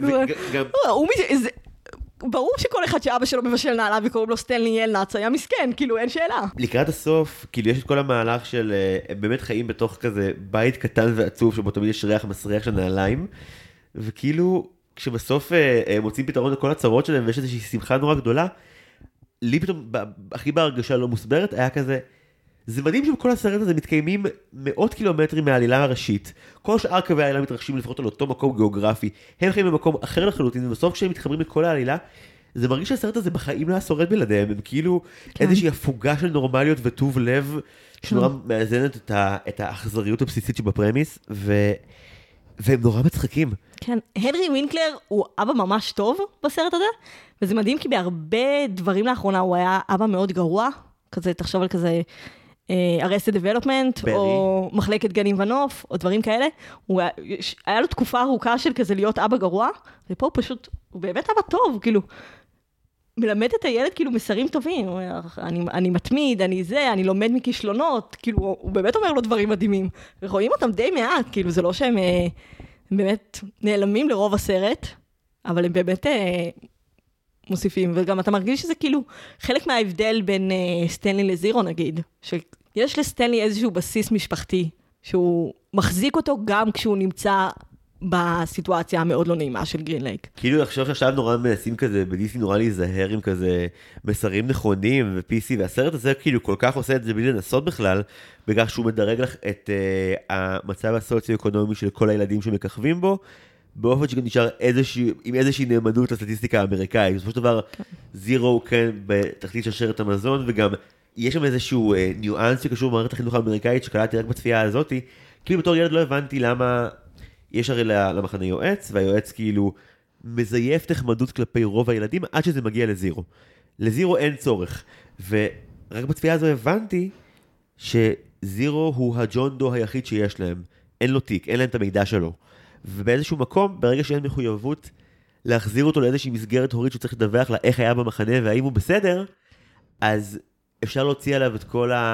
ברור שכל אחד שאבא שלו מבשל נעליו וקוראים לו סטנלי ילנץ, היה מסכן, כאילו אין שאלה. לקראת הסוף, כאילו יש את כל המהלך של, הם באמת חיים בתוך כזה בית קטן ועצוב, שבו תמיד יש ריח מסריח של נעליים, וכאילו, כשבסוף מוצאים פתרון לכל הצרות שלהם, ויש איזושהי שמחה נורא גדולה, לי פתאום, הכי בהרגשה לא מוסברת, היה כזה, זה מדהים שבכל הסרט הזה מתקיימים מאות קילומטרים מהעלילה הראשית. כל שאר קווי העלילה מתרחשים לפחות על אותו מקום גיאוגרפי. הם חיים במקום אחר לחלוטין, ובסוף כשהם מתחברים לכל העלילה, זה מרגיש שהסרט הזה בחיים לא שורד בלעדיהם. הם כאילו איזושהי הפוגה של נורמליות וטוב לב, שנורא מאזנת את האכזריות הבסיסית שבפרמיס, והם נורא מצחקים. כן, הנרי וינקלר הוא אבא ממש טוב בסרט הזה, וזה מדהים כי בהרבה דברים לאחרונה הוא היה אבא מאוד גרוע, כזה, תחשוב על כזה Arrested Development, או מחלקת גנים ונוף, או דברים כאלה. היה לו תקופה ארוכה של כזה להיות אבא גרוע, ופה הוא פשוט, הוא באמת אבא טוב, כאילו, מלמד את הילד כאילו מסרים טובים, אני מתמיד, אני לומד מכישלונות, כאילו, הוא באמת אומר לו דברים מדהימים, ורואים אותם די מעט, כאילו, זה לא שהם באמת נעלמים לרוב הסרט, אבל הם באמת מוסיפים, וגם אתה מרגיש שזה כאילו חלק מההבדל בין סטנלי לזירו נגיד, שיש לסטנלי איזשהו בסיס משפחתי, שהוא מחזיק אותו גם כשהוא נמצא בסיטואציה המאוד לא נעימה של גרין לייק. כאילו לחשוב שעכשיו נורא מנסים כזה, בדיסני נורא להיזהר עם כזה מסרים נכונים ו-PC, והסרט הזה כאילו כל כך עושה את זה בלי לנסות בכלל, בגלל שהוא מדרג לך את המצב הסוציו-אקונומי של כל הילדים שמככבים בו, באופן שגם נשאר עם איזושהי נאמנות לסטטיסטיקה האמריקאית. בסופו של דבר, זירו הוא כן בתחתית שרשרת המזון, וגם יש שם איזשהו ניואנס שקשור במערכת החינוך האמריקאית, שקלטתי רק בצפייה הזאת, כאילו בתור ילד לא הבנתי למה יש הרי למחנה יועץ, והיועץ כאילו מזייף תחמדות כלפי רוב הילדים, עד שזה מגיע לזירו. לזירו אין צורך. ורק בצפייה הזו הבנתי שזירו הוא הג'ון דו היחיד שיש להם. אין לו תיק, אין להם את המידע שלו. ובאיזשהו מקום, ברגע שאין מחויבות להחזיר אותו לאיזושהי מסגרת הורית שצריך לדווח לה איך היה במחנה והאם הוא בסדר, אז אפשר להוציא עליו את כל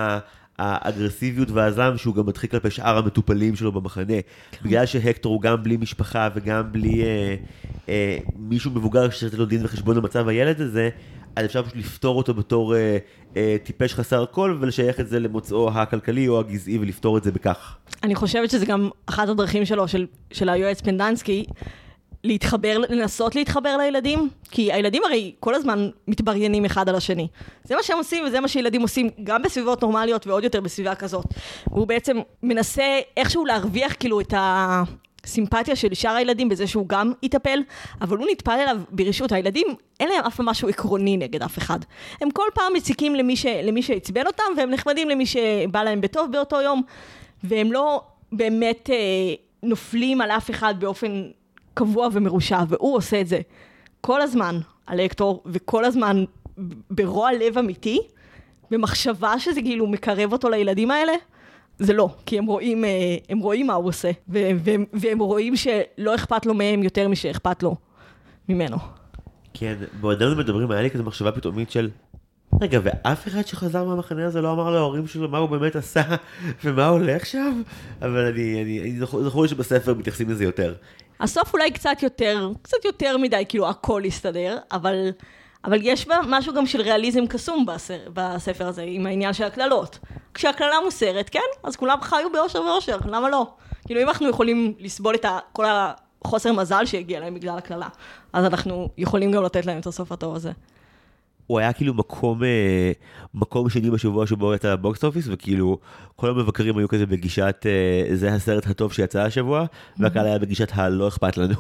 האגרסיביות והזעם שהוא גם מתחיל כלפי שאר המטופלים שלו במחנה. בגלל שהקטור הוא גם בלי משפחה וגם בלי מישהו מבוגר שצריך לו דין וחשבון למצב הילד הזה, אז אפשר פשוט לפתור אותו בתור טיפש חסר כל, ולשייך את זה למוצאו הכלכלי או הגזעי ולפתור את זה בכך. אני חושבת שזה גם אחת הדרכים שלו, של היועץ פנדנסקי, לנסות להתחבר לילדים, כי הילדים הרי כל הזמן מתבריינים אחד על השני. זה מה שהם עושים, וזה מה שילדים עושים, גם בסביבות נורמליות ועוד יותר בסביבה כזאת. והוא בעצם מנסה איכשהו להרוויח כאילו את הסימפתיה של שאר הילדים, בזה שהוא גם יטפל, אבל הוא נטפל אליו ברשות. הילדים, אין להם אף משהו עקרוני נגד אף אחד. הם כל פעם מציקים למי שהצבן אותם, והם נחמדים למי שבא להם בטוב באותו יום, והם לא באמת נופלים על אף אחד באופן קבוע ומרושע, והוא עושה את זה כל הזמן על הקטור, וכל הזמן ברוע לב אמיתי, במחשבה שזה כאילו מקרב אותו לילדים האלה, זה לא, כי הם רואים מה הוא עושה, והם רואים שלא אכפת לו מהם יותר משאכפת לו ממנו. כן, בעודנו מדברים, היה לי כזה מחשבה פתאומית של, רגע, ואף אחד שחזר מהמחנה הזה לא אמר להורים שלו מה הוא באמת עשה, ומה הולך שם? אבל אני זוכר שבספר מתייחסים לזה יותר. הסוף אולי קצת יותר מדי, כאילו הכל יסתדר, אבל יש בה משהו גם של ריאליזם קסום בספר הזה, עם העניין של הכללות. כשהכללה מוסרת, כן, אז כולם חיו באושר ואושר, למה לא? כאילו אם אנחנו יכולים לסבול את כל החוסר מזל שהגיע להם בגלל הכללה, אז אנחנו יכולים גם לתת להם את הסוף הטוב הזה. הוא היה כאילו מקום שני בשבוע שבו יצא בוקס אופיס, וכאילו כל המבקרים היו כזה בגישת, זה הסרט הטוב שיצא השבוע, והקהל היה בגישת הלא אכפת לנו.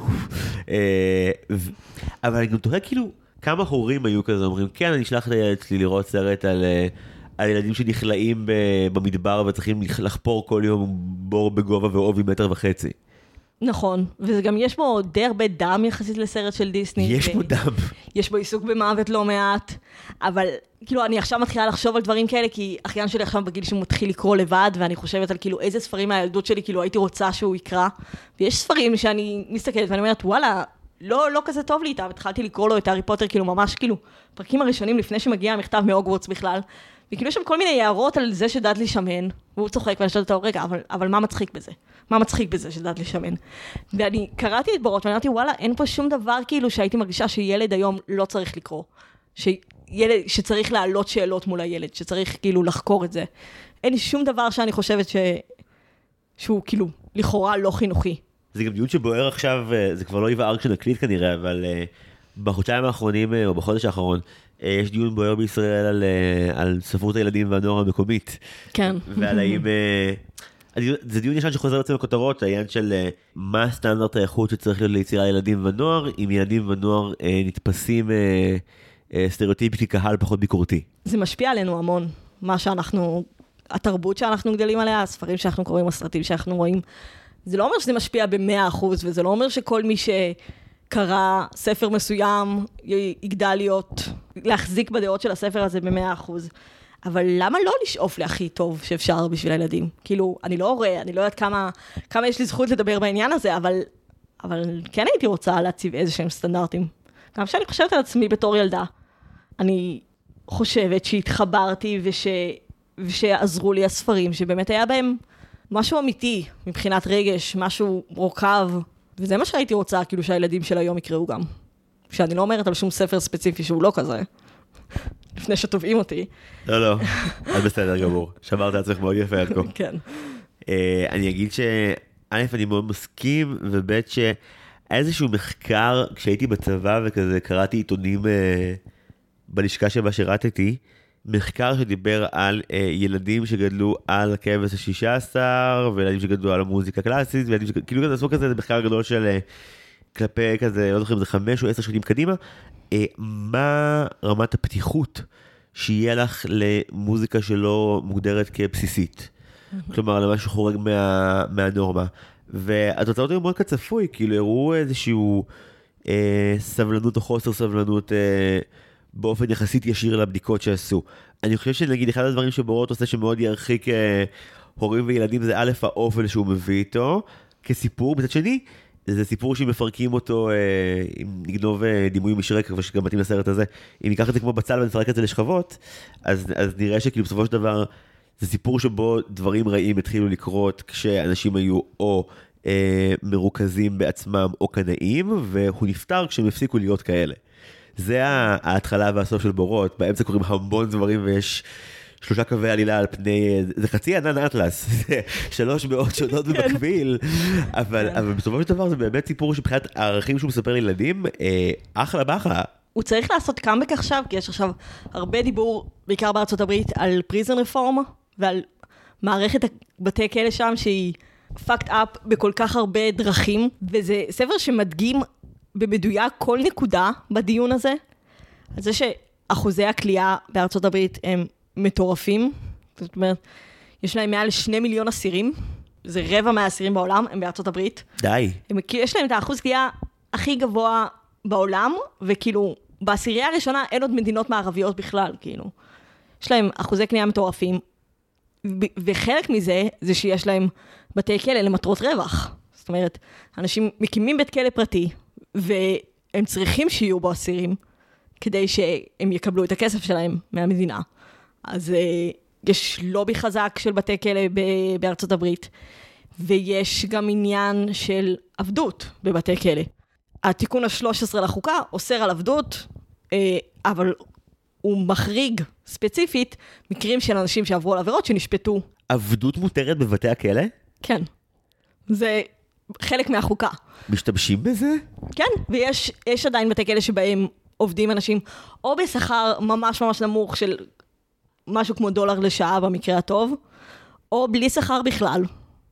אבל אני גם תוהה כאילו, כמה הורים היו כזה, אומרים, כן, אני אשלח את הילד שלי לראות סרט על ילדים שנכלאים במדבר, וצריכים לחפור כל יום בור בגובה ועובי 1.5 מטר. נכון, וגם יש בו די הרבה דם יחסית לסרט של דיסני. יש בו דם. יש בו עיסוק במוות לא מעט, אבל כאילו אני עכשיו מתחילה לחשוב על דברים כאלה, כי אחיין שלי עכשיו בגיל שהוא מתחיל לקרוא לבד, ואני חושבת על כאילו איזה ספרים מהילדות שלי כאילו הייתי רוצה שהוא יקרא, ויש ספרים שאני מסתכלת ואני אומרת, וואלה, לא כזה טוב לי איתה, והתחלתי לקרוא לו את הארי פוטר, כאילו ממש כאילו, פרקים הראשונים לפני שמגיע המכתב מהוגוורטס בכלל, וכאילו יש שם כל מיני הערות על זה שדאדלי שמן, והוא צוחק ואני שואלת אותו, רגע, אבל מה מצחיק בזה? מה מצחיק בזה שדאדלי שמן? ואני קראתי את בורות, ואני אמרתי, וואלה, אין פה שום דבר כאילו שהייתי מרגישה שילד היום לא צריך לקרוא. שצריך להעלות שאלות מול הילד, שצריך כאילו לחקור את זה. אין שום דבר שאני חושבת שהוא כאילו לכאורה לא חינוכי. זה גם דיון שבוער עכשיו, זה כבר לא יבער כשנקליט כנראה, אבל בחודשיים האחרונים, או בחודש האחרון, יש דיון בוער בישראל על ספרות הילדים והנוער המקומית. כן. ועל האם... זה דיון ישן שחוזר בעצם לכותרות, העניין של מה הסטנדרט האיכות שצריך להיות ליצירה ילדים ונוער, אם ילדים ונוער נתפסים סטריאוטיפית כקהל פחות ביקורתי. זה משפיע עלינו המון, מה שאנחנו, התרבות שאנחנו גדלים עליה, הספרים שאנחנו קוראים, הסרטים שאנחנו רואים, זה לא אומר שזה משפיע ב100%, וזה לא אומר שכל מי שקרא ספר מסוים יגדל להחזיק בדעות של הספר הזה ב100%. אבל למה לא לשאוף להכי טוב שאפשר בשביל הילדים? כאילו, אני לא הורה, אני לא יודעת כמה יש לי זכות לדבר בעניין הזה, אבל כן הייתי רוצה להציב איזשהם סטנדרטים. גם שאני חושבת על עצמי בתור ילדה, אני חושבת שהתחברתי ושעזרו לי הספרים, שבאמת היה בהם משהו אמיתי מבחינת רגש, משהו מורכב, וזה מה שהייתי רוצה, כאילו שהילדים של היום יקראו גם. שאני לא אומרת על שום ספר ספציפי שהוא לא כזה. לפני שטובעים אותי. לא, אז בסדר גמור. שמרת עצמך מאוד יפה עד כה. כן. אני אגיד שא' אני מאוד מסכים, וב' שהיה איזשהו מחקר, כשהייתי בצבא וכזה קראתי עיתונים בלשכה שבה שירתתי, מחקר שדיבר על ילדים שגדלו על הכבש ה-16, וילדים שגדלו על המוזיקה הקלאסית, כאילו כזה עשו כזה, זה מחקר גדול של כלפי כזה, לא זוכר אם זה 5 או 10 שנים קדימה, מה רמת הפתיחות שיהיה לך למוזיקה שלא מוגדרת כבסיסית? כלומר, למשהו חורג מהנורמה. והתוצאות היו מאוד כצפוי, כאילו הראו איזשהו סבלנות או חוסר סבלנות באופן יחסית ישיר לבדיקות שעשו. אני חושב שנגיד אחד הדברים שבורות עושה שמאוד ירחיק הורים וילדים זה א' האופן שהוא מביא איתו כסיפור. מצד שני, זה סיפור שאם מפרקים אותו, אם נגנוב דימויים משרק, ושגם מתאים לסרט הזה, אם ניקח את זה כמו בצל ונפרק את זה לשכבות, אז נראה שכאילו בסופו של דבר זה סיפור שבו דברים רעים התחילו לקרות כשאנשים היו או מרוכזים בעצמם או קנאים, והוא נפטר כשהם הפסיקו להיות כאלה. זה ההתחלה והסוף של בורות, באמצע קוראים המון דברים ויש 3 קווי עלילה על פני, זה חצי ענן אטלס, זה 3 מאות שונות במקביל, אבל בסופו של דבר זה באמת סיפור שבחינת הערכים שהוא מספר לילדים, אחלה באחלה. הוא צריך לעשות קאמבק עכשיו, כי יש עכשיו הרבה דיבור, בעיקר בארצות הברית, על פריזן רפורמה, ועל מערכת בתי כלא שם, שהיא fucked up בכל כך הרבה דרכים, וזה ספר שמדגים במדויק כל נקודה בדיון הזה, על זה שאחוזי הכלייה בארצות הברית הם מטורפים, זאת אומרת, יש להם מעל 2 מיליון אסירים, זה רבע מהאסירים בעולם, הם בארצות הברית. די. יש להם את האחוז כלייה הכי גבוה בעולם, וכאילו, בעשירייה הראשונה אין עוד מדינות מערביות בכלל, כאילו. יש להם אחוזי קנייה מטורפים, וחלק מזה זה שיש להם בתי כלא למטרות רווח. זאת אומרת, אנשים מקימים בית כלא פרטי, והם צריכים שיהיו בו אסירים, כדי שהם יקבלו את הכסף שלהם מהמדינה. אז יש לובי חזק של בתי כלא בארצות הברית, ויש גם עניין של עבדות בבתי כלא. התיקון ה-13 לחוקה אוסר על עבדות, אבל הוא מחריג ספציפית מקרים של אנשים שעברו על עבירות שנשפטו. עבדות מותרת בבתי הכלא? כן. זה חלק מהחוקה. משתמשים בזה? כן, ויש עדיין בתי כלא שבהם עובדים אנשים, או בשכר ממש ממש נמוך של משהו כמו $1 לשעה במקרה הטוב, או בלי שכר בכלל.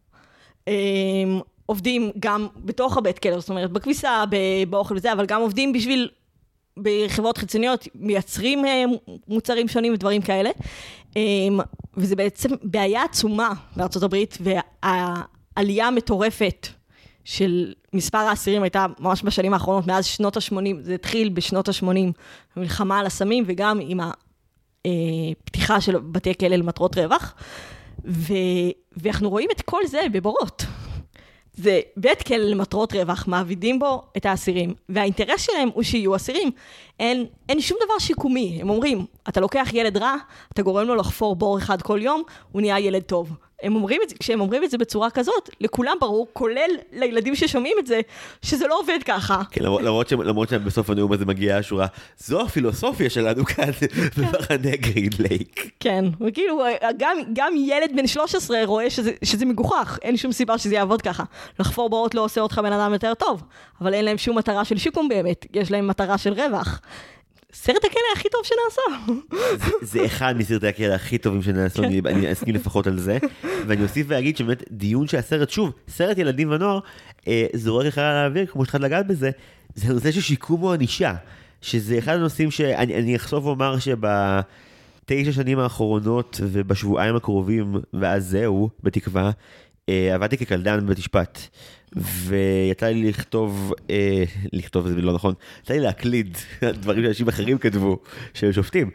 עובדים גם בתוך הבית כלא, זאת אומרת, בכביסה, באוכל וזה, אבל גם עובדים בשביל, בחברות חיצוניות, מייצרים מוצרים שונים ודברים כאלה. וזה בעצם בעיה עצומה בארצות הברית, והעלייה המטורפת של מספר האסירים הייתה ממש בשנים האחרונות, מאז שנות ה-80, זה התחיל בשנות ה-80, המלחמה על הסמים, וגם עם הפתיחה של בתי כלא למטרות רווח, ואנחנו רואים את כל זה בבורות. זה בית כלא למטרות רווח, מעבידים בו את האסירים, והאינטרס שלהם הוא שיהיו אסירים. אין שום דבר שיקומי. הם אומרים, אתה לוקח ילד רע, אתה גורם לו לחפור בור אחד כל יום, הוא נהיה ילד טוב. כשהם אומרים את זה בצורה כזאת, לכולם ברור, כולל לילדים ששומעים את זה, שזה לא עובד ככה. כן, למרות שבסוף הנאום הזה מגיעה השורה, זו הפילוסופיה שלנו כאן במחנה גריד לייק. כן, וכאילו, גם ילד בן 13 רואה שזה מגוחך, אין שום סיבה שזה יעבוד ככה. לחפור בורות לא עושה אותך בן אדם יותר טוב, אבל אין להם שום מטרה של שיקום באמת, יש להם מטרה של רווח. סרט הכלא הכי טוב שנעשה. זה אחד מסרטי הכלא הכי טובים שנעשו, אני אסכים לפחות על זה, ואני אוסיף ואגיד שבאמת דיון שהסרט, שוב, סרט ילדים ונוער, זורק לך לאוויר, כמו שתחת לגעת בזה, זה נושא של שיקום או ענישה, שזה אחד הנושאים שאני אחשוף ואומר שב9 שנים האחרונות ובשבועיים הקרובים, ואז זהו, בתקווה, עבדתי כקלדן בבית משפט, ויצא לי לכתוב זה לא נכון, יצא לי להקליד דברים שאנשים אחרים כתבו, שהם שופטים,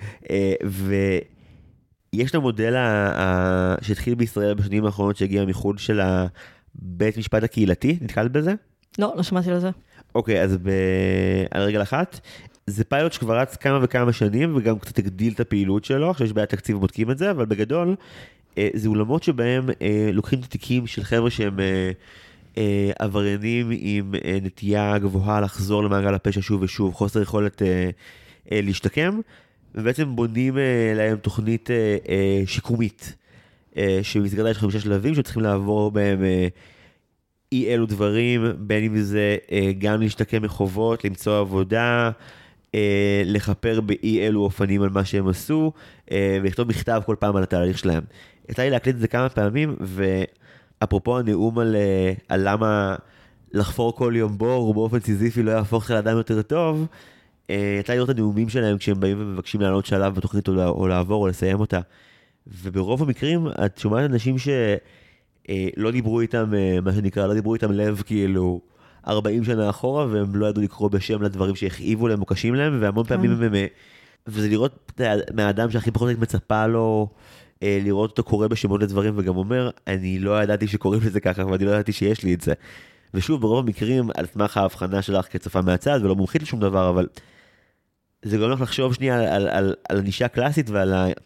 ויש המודל שהתחיל בישראל בשנים האחרונות שהגיע מחו"ל של הבית משפט הקהילתי, נתקלת בזה? לא שמעתי על זה. אוקיי, אז על רגל אחת, זה פיילוט שכבר רץ כמה וכמה שנים, וגם קצת הגדיל את הפעילות שלו, עכשיו יש בעיית תקציב ובודקים את זה, אבל בגדול, זה אולמות שבהם לוקחים את התיקים של חבר'ה שהם עבריינים עם נטייה גבוהה לחזור למעגל הפשע שוב ושוב, חוסר יכולת להשתקם, ובעצם בונים להם תוכנית שיקומית, שבמסגרתה יש 5 שלבים שצריכים לעבור בהם אי אלו דברים, בין אם זה גם להשתקם מחובות, למצוא עבודה, לחפר באי אלו אופנים על מה שהם עשו, ולכתוב מכתב כל פעם על התהליך שלהם. יצא לי להקליט את זה כמה פעמים, ואפרופו הנאום על למה לחפור כל יום בור באופן סיזיפי לא יהפוך של אדם יותר טוב, יצא לי לראות את הנאומים שלהם כשהם באים ומבקשים לעלות שלב בתוכנית או לעבור או לסיים אותה. וברוב המקרים את שומעת אנשים שלא דיברו איתם, מה שנקרא, לא דיברו איתם לב כאילו 40 שנה אחורה, והם לא ידעו לקרוא בשם לדברים שהכאיבו להם או קשים להם, והמון פעמים הם, וזה לראות מהאדם שהכי פחות מצפה לו, לראות אותו קורא בשמות לדברים, וגם אומר, אני לא ידעתי שקוראים לזה ככה, ואני לא ידעתי שיש לי את זה. ושוב, ברוב המקרים, על סמך ההבחנה שלך כצופה מהצד, ולא מומחית לשום דבר, אבל זה גם לך לחשוב שנייה על ענישה קלאסית, ועל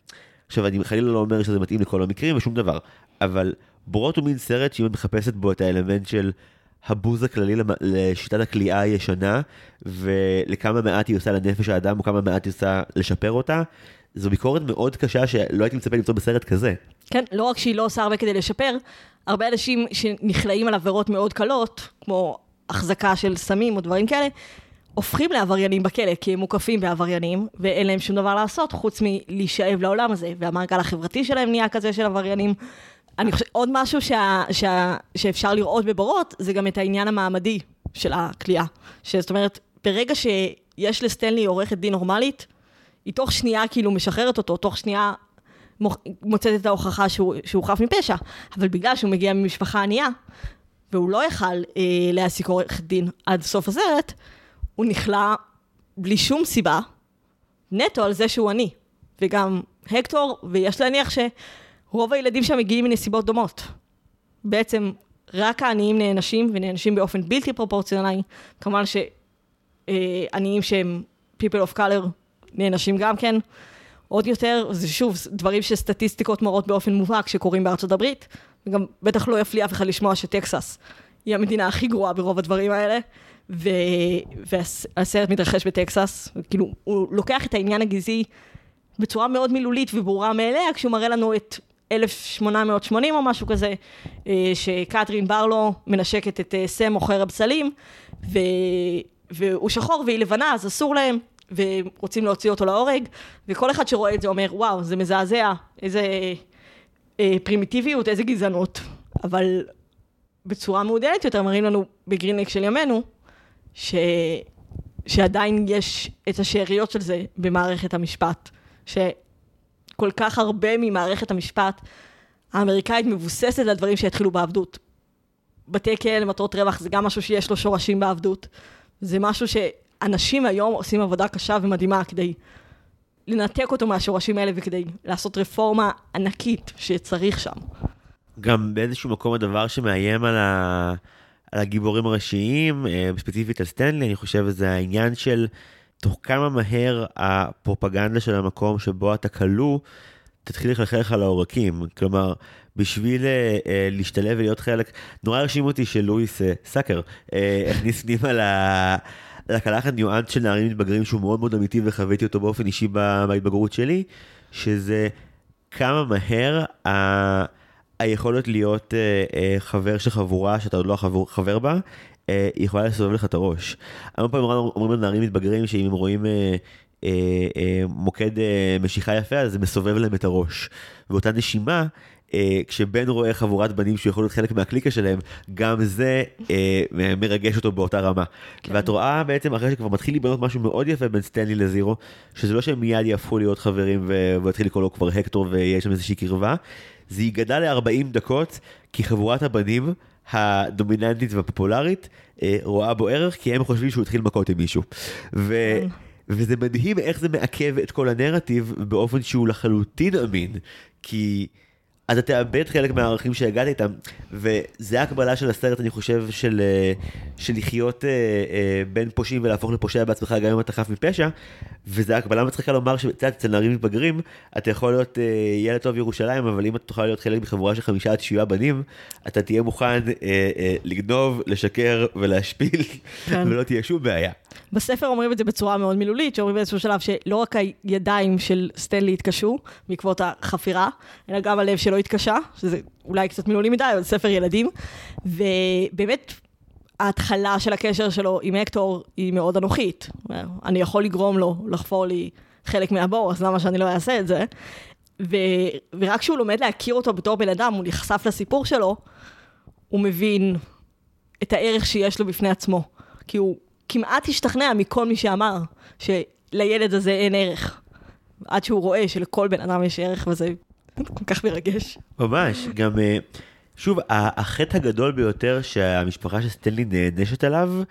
עכשיו, אני חלילה לא אומר שזה מתאים לכל המקרים ושום דבר, אבל בורות הוא מין סרט שהיא מחפשת בו את האלמנט של הבוז הכללי לשיטת הכלייה הישנה, ולכמה מעט היא עושה לנפש האדם, או כמה מעט היא עושה לשפר אותה. זו ביקורת מאוד קשה שלא הייתי מצפה למצוא בסרט כזה. כן, לא רק שהיא לא עושה הרבה כדי לשפר, הרבה אנשים שנכלאים על עבירות מאוד קלות, כמו החזקה של סמים או דברים כאלה, הופכים לעבריינים בכלא, כי הם מוקפים בעבריינים, ואין להם שום דבר לעשות, חוץ מלהישאב לעולם הזה, והמעגל החברתי שלהם נהיה כזה של עבריינים. אני חושב, עוד משהו שאפשר לראות בבורות, זה גם את העניין המעמדי של הכלייה. זאת אומרת, ברגע שיש לסטנלי עורכת דין נורמלית, היא תוך שנייה כאילו משחררת אותו, תוך שנייה מוצאת את ההוכחה שהוא חף מפשע. אבל בגלל שהוא מגיע ממשפחה ענייה, והוא לא יכל להעסיק עורכת דין עד סוף הסרט, הוא נכלה בלי שום סיבה, נטו על זה שהוא עני. וגם הקטור, ויש להניח שרוב הילדים שם מגיעים מנסיבות דומות. בעצם רק העניים נענשים, ונענשים באופן בלתי פרופורציונלי. כמובן שעניים שהם people of color נענשים גם כן. עוד יותר, זה שוב דברים שסטטיסטיקות מראות באופן מובהק שקורים בארצות הברית, וגם בטח לא יפליא אף אחד לשמוע שטקסס היא המדינה הכי גרועה ברוב הדברים האלה. והסרט מתרחש בטקסס, כאילו הוא לוקח את העניין הגזעי בצורה מאוד מילולית וברורה מאליה, כשהוא מראה לנו את 1880 או משהו כזה, שקטרין ברלו מנשקת את סם מוכר הבשלים, והוא שחור והיא לבנה, אז אסור להם, ורוצים להוציא אותו להורג, וכל אחד שרואה את זה אומר, וואו, זה מזעזע, איזה פרימיטיביות, איזה גזענות, אבל בצורה מעודנת יותר מראים לנו בגרינלייק של ימינו, שעדיין יש את השאריות של זה במערכת המשפט, שכל כך הרבה ממערכת המשפט האמריקאית מבוססת על דברים שהתחילו בעבדות. בתי כלא למטרות רווח זה גם משהו שיש לו שורשים בעבדות. זה משהו שאנשים היום עושים עבודה קשה ומדהימה כדי לנתק אותו מהשורשים האלה וכדי לעשות רפורמה ענקית שצריך שם. גם באיזשהו מקום הדבר שמאיים על הגיבורים הראשיים, ספציפית על סטנלי, אני חושב שזה העניין של תוך כמה מהר הפרופגנדה של המקום שבו אתה כלוא, תתחיל לחלחל לך לעורקים. כלומר, בשביל להשתלב ולהיות חלק, נורא הרשים אותי שלואיס סאקר הכניס פנימה לקלחת ניואנס של נערים מתבגרים שהוא מאוד מאוד אמיתי וחוויתי אותו באופן אישי בהתבגרות שלי, שזה כמה מהר היכולת להיות חבר של חבורה שאתה עוד לא חבר בה, היא יכולה לסובב לך את הראש. הרבה פעמים אומרים לנערים מתבגרים שאם הם רואים מוקד משיכה יפה, אז זה מסובב להם את הראש. ואותה נשימה, כשבן רואה חבורת בנים שהוא יכול להיות חלק מהקליקה שלהם, גם זה מרגש אותו באותה רמה. כן. ואת רואה בעצם אחרי שכבר מתחיל לבנות משהו מאוד יפה בין סטנלי לזירו, שזה לא שהם מיד יהפכו להיות חברים והתחיל לקרוא לו כבר הקטור ויש שם איזושהי קרבה, זה יגדל ל-40 דקות, כי חבורת הבנים הדומיננטית והפופולרית רואה בו ערך, כי הם חושבים שהוא התחיל מכות עם מישהו. וזה מדהים איך זה מעכב את כל הנרטיב באופן שהוא לחלוטין אמין, כי אז אתה תאבד חלק מהערכים שהגעת איתם, וזה הקבלה של הסרט, אני חושב, של לחיות בין פושעים ולהפוך לפושע בעצמך, גם אם אתה חף מפשע, וזה הקבלה מצחיקה לומר שאצל נערים מתבגרים, אתה יכול להיות ילד טוב ירושלים, אבל אם אתה תוכל להיות חלק מחבורה של 5 עד 7 בנים, אתה תהיה מוכן לגנוב, לשקר ולהשפיל, ולא תהיה שום בעיה. בספר אומרים את זה בצורה מאוד מילולית, שאומרים באיזשהו שלב שלא רק הידיים של סטנלי התקשו, בעקבות החפירה, אלא גם הלב שלו התקשה, שזה אולי קצת מילולי מדי, אבל ספר ילדים, ובאמת ההתחלה של הקשר שלו עם הקטור היא מאוד אנוכית. אני יכול לגרום לו לחפור לי חלק מהבור, אז למה שאני לא אעשה את זה? ורק כשהוא לומד להכיר אותו בתור בן אדם, הוא נחשף לסיפור שלו, הוא מבין את הערך שיש לו בפני עצמו, כי הוא כמעט השתכנע מכל מי שאמר שלילד הזה אין ערך, עד שהוא רואה שלכל בן אדם יש ערך, וזה כל כך מרגש. ממש, גם, שוב, החטא הגדול ביותר שהמשפחה של סטנלי נענשת עליו,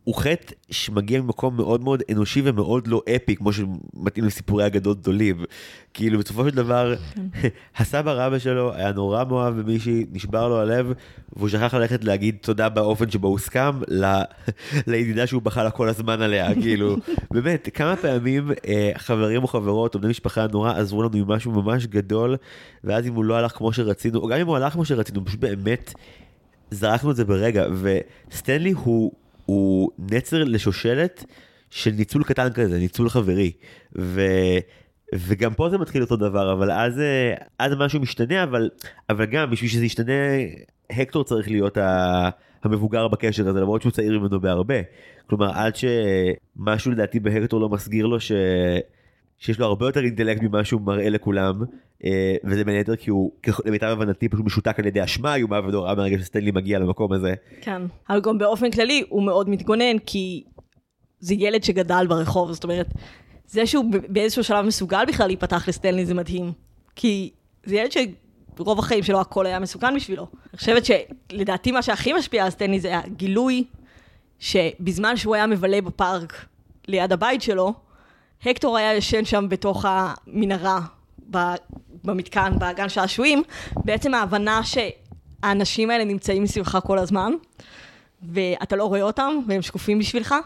הוא חטא שמגיע ממקום מאוד מאוד אנושי ומאוד לא אפי, כמו שמתאים לסיפורי אגדות גדולים. כאילו בסופו של דבר, הסבא רבא שלו היה נורא מאוהב במישהי, נשבר לו הלב, והוא שכח ללכת להגיד תודה באופן שבו הוא סכם לידידה שהוא בכה לה כל הזמן עליה. כאילו, באמת, כמה פעמים חברים או חברות או בני משפחה נורא עזרו לנו עם משהו ממש גדול, ואז אם הוא לא הלך כמו שרצינו, או גם אם הוא הלך כמו שרצינו, פשוט באמת זרקנו את זה ברגע, וסטנלי הוא נצר לשושלת של ניצול קטן כזה, ניצול חברי, וגם פה זה מתחיל אותו דבר, אבל אז משהו משתנה, אבל גם בשביל שזה ישתנה, הקטור צריך להיות המבוגר בקשר הזה, למרות שהוא צעיר ממנו בהרבה. כלומר, עד שמשהו לדעתי בהקטור לא מסגיר לו שיש לו הרבה יותר אינטלקט ממה שהוא מראה לכולם, וזה בין היתר כי הוא, למיטב הבנתי, פשוט משותק על ידי אשמה, איומה ונוראה מהרגע שסטנלי מגיע למקום הזה. כן, אבל גם באופן כללי הוא מאוד מתגונן, כי זה ילד שגדל ברחוב, זאת אומרת, זה שהוא באיזשהו שלב מסוגל בכלל להיפתח לסטנלי זה מדהים, כי זה ילד שרוב החיים שלו הכל היה מסוכן בשבילו. אני חושבת שלדעתי מה שהכי משפיע על סטנלי זה הגילוי, שבזמן שהוא היה מבלה בפארק ליד הבית שלו, הקטור היה ישן שם בתוך המנהרה, במתקן, באגן שעשועים, בעצם ההבנה שהאנשים האלה נמצאים מסביבך כל הזמן, ואתה לא רואה אותם, והם שקופים בשבילך,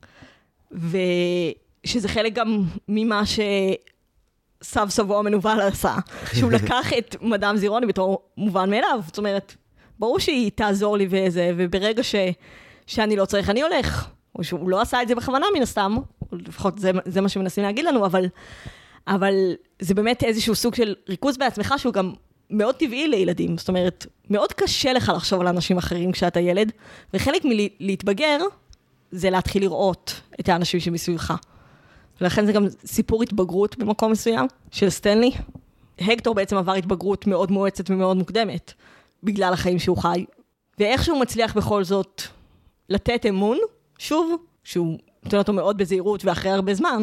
ושזה חלק גם ממה שסב סבו המנוול עשה, שהוא לקח את מדאם זירוני בתור מובן מאליו, זאת אומרת, ברור שהיא תעזור לי וזה, וברגע שאני לא צריך, אני הולך, או שהוא לא עשה את זה בכוונה מן הסתם, לפחות זה מה שמנסים להגיד לנו, אבל זה באמת איזשהו סוג של ריכוז בעצמך, שהוא גם מאוד טבעי לילדים. זאת אומרת, מאוד קשה לך לחשוב על אנשים אחרים כשאתה ילד, וחלק מלהתבגר, זה להתחיל לראות את האנשים שמסביבך. ולכן זה גם סיפור התבגרות במקום מסוים, של סטנלי. הקטור בעצם עבר התבגרות מאוד מואצת ומאוד מוקדמת, בגלל החיים שהוא חי. ואיך שהוא מצליח בכל זאת לתת אמון, שוב, שהוא נותן אותו מאוד בזהירות ואחרי הרבה זמן,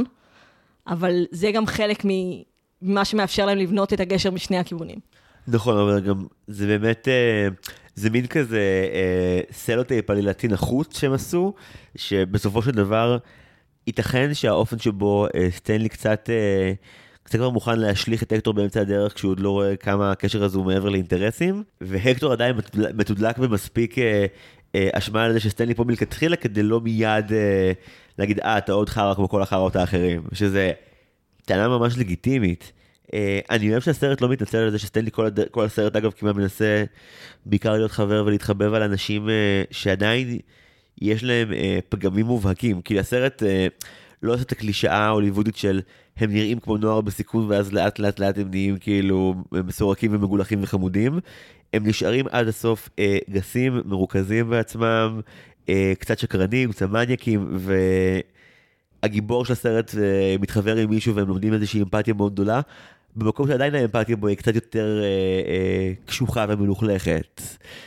אבל זה גם חלק ממה שמאפשר להם לבנות את הגשר משני הכיוונים. נכון, אבל גם זה באמת, זה מין כזה סלוטייפ עלילתי נחוץ שהם עשו, שבסופו של דבר ייתכן שהאופן שבו סטנלי קצת כבר מוכן להשליך את הקטור באמצע הדרך, כשהוא עוד לא רואה כמה הקשר הזה הוא מעבר לאינטרסים, והקטור עדיין מתודלק ומספיק אשמה על זה שסטנלי פה מלכתחילה, כדי לא מיד להגיד, אתה עוד חרה כמו כל החרות האחרים, שזה טענה ממש לגיטימית. אני אוהב שהסרט לא מתנצל על זה שסטנלי כל הסרט אגב כמעט מנסה בעיקר להיות חבר ולהתחבב על אנשים שעדיין יש להם פגמים מובהקים, כי הסרט לא עושה את הקלישאה ההוליוודית של הם נראים כמו נוער בסיכון ואז לאט לאט לאט הם נהיים כאילו מסורקים ומגולחים וחמודים, הם נשארים עד הסוף גסים, מרוכזים בעצמם, קצת שקרנים, קצת מניאקים, והגיבור של הסרט מתחבר עם מישהו והם לומדים איזושהי אמפתיה מאוד גדולה, במקום שעדיין האמפתיה בו היא קצת יותר קשוחה ומלוכלכת.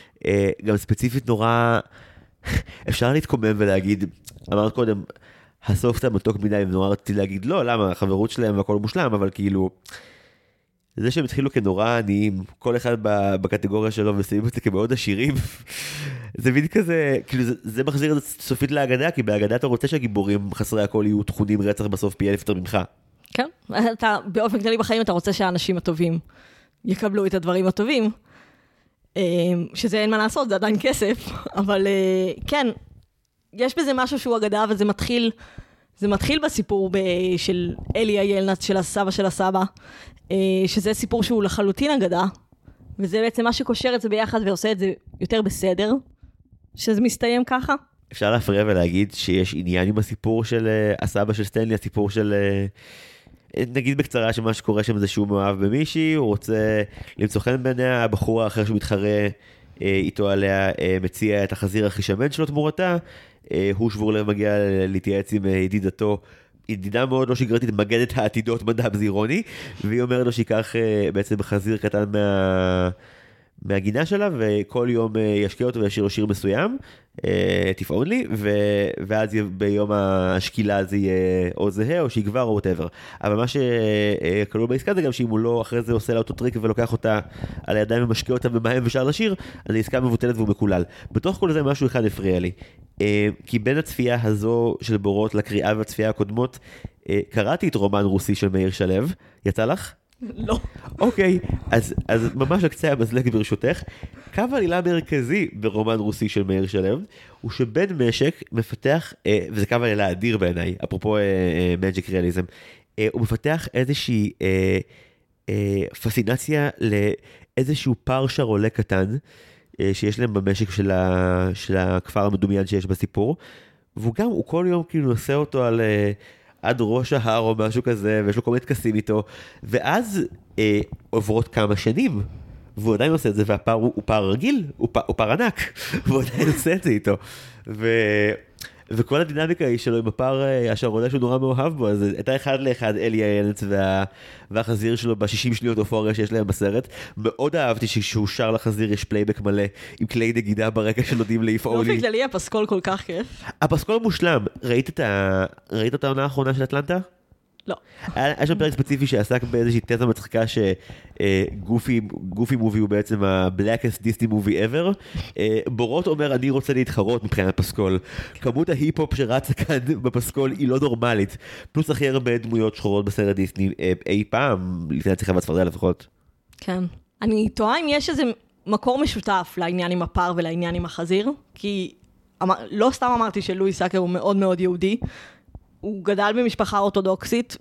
גם ספציפית נורא, אפשר להתקומם ולהגיד, אמרת קודם, הסוף קצת מתוק מדי, ונורא רציתי להגיד לא, למה, החברות שלהם והכל מושלם, אבל כאילו, זה שהם התחילו כנורא עניים, כל אחד בקטגוריה שלו, ושמים את זה כמאוד עשירים, זה מין כזה, כאילו זה מחזיר את זה סופית להגדה, כי בהגדה אתה רוצה שהגיבורים חסרי הכל יהיו תכונים רצח בסוף פי אלף יותר ממך. כן, אתה באופן כללי בחיים אתה רוצה שהאנשים הטובים יקבלו את הדברים הטובים, שזה אין מה לעשות, זה עדיין כסף, אבל כן, יש בזה משהו שהוא אגדה, וזה מתחיל בסיפור של אלי איילנץ, של הסבא, שזה סיפור שהוא לחלוטין אגדה, וזה בעצם מה שקושר את זה ביחד ועושה את זה יותר בסדר, שזה מסתיים ככה. אפשר להפריע ולהגיד שיש עניין עם הסיפור של הסבא של סטנלי, הסיפור של, נגיד בקצרה שמה שקורה שם זה שהוא מאוהב במישהי, הוא רוצה למצוא חן בעיניה, הבחור האחר שהוא מתחרה איתו עליה מציע את החזיר הכי שמן שלו תמורתה, הוא שבור לב מגיע להתייעץ עם ידידתו, ידידה מאוד לא שגרתית, מגדת העתידות מדאם זירוני, והיא אומרת לו שיקח בעצם חזיר קטן מהגינה שלה, וכל יום ישקיע אותו וישאיר לו שיר מסוים, תפעון לי, ואז ביום השקילה זה יהיה או זהה, או שיגבר, או whatever. אבל מה שכלול בעסקה זה גם שאם הוא לא אחרי זה עושה לה אותו טריק ולוקח אותה על הידיים ומשקיע אותה במים ושר לשיר, אז העסקה מבוטלת והוא מקולל. בתוך כל זה משהו אחד הפריע לי. כי בין הצפייה הזו של בורות לקריאה והצפייה הקודמות, קראתי את רומן רוסי של מאיר שלו, יצא לך? לא. אוקיי, אז ממש לקצה המזלג ברשותך. קו העלילה המרכזי ברומן רוסי של מאיר שלו, הוא שבן משק מפתח, וזה קו העלילה אדיר בעיניי, אפרופו מג'יק ריאליזם, הוא מפתח איזושהי פסינציה לאיזשהו פרשר עולה קטן, שיש להם במשק של הכפר המדומיין שיש בסיפור, והוא גם, הוא כל יום כאילו נושא אותו על עד ראש ההר או משהו כזה, ויש לו כל מיני תקסים איתו, ואז עוברות כמה שנים, והוא עדיין עושה את זה, והפער הוא פער רגיל, הוא פער ענק, והוא עדיין עושה את זה איתו. וכל הדינמיקה היא שלו עם הפער השרונה שהוא נורא מאוהב בו, אז הייתה אחד לאחד אלי הילץ והחזיר שלו ב-60 שניות אופוריה שיש להם בסרט. מאוד אהבתי שהוא שר לחזיר, יש פלייבק מלא, עם כלי נגידה ברקע שנותנים לפעול לי. באופן כללי הפסקול כל כך כיף. הפסקול מושלם. ראית את העונה האחרונה של אטלנטה? לא. היה שם פרק ספציפי שעסק באיזושהי תזה מצחיקה שגופי מובי הוא בעצם ה-Blackest Disney Movie ever. בורות אומר, אני רוצה להתחרות מבחינת פסקול. כמות ההיפ-הופ שרצה כאן בפסקול היא לא נורמלית. פלוס הכי הרבה דמויות שחורות בסרט דיסני אי פעם, לפני הצליחה והצפרדע לפחות. כן. אני תוהה אם יש איזה מקור משותף לעניין עם הפר ולעניין עם החזיר, כי לא סתם אמרתי שלואי סאקר הוא מאוד מאוד יהודי, הוא גדל במשפחה אורתודוקסית,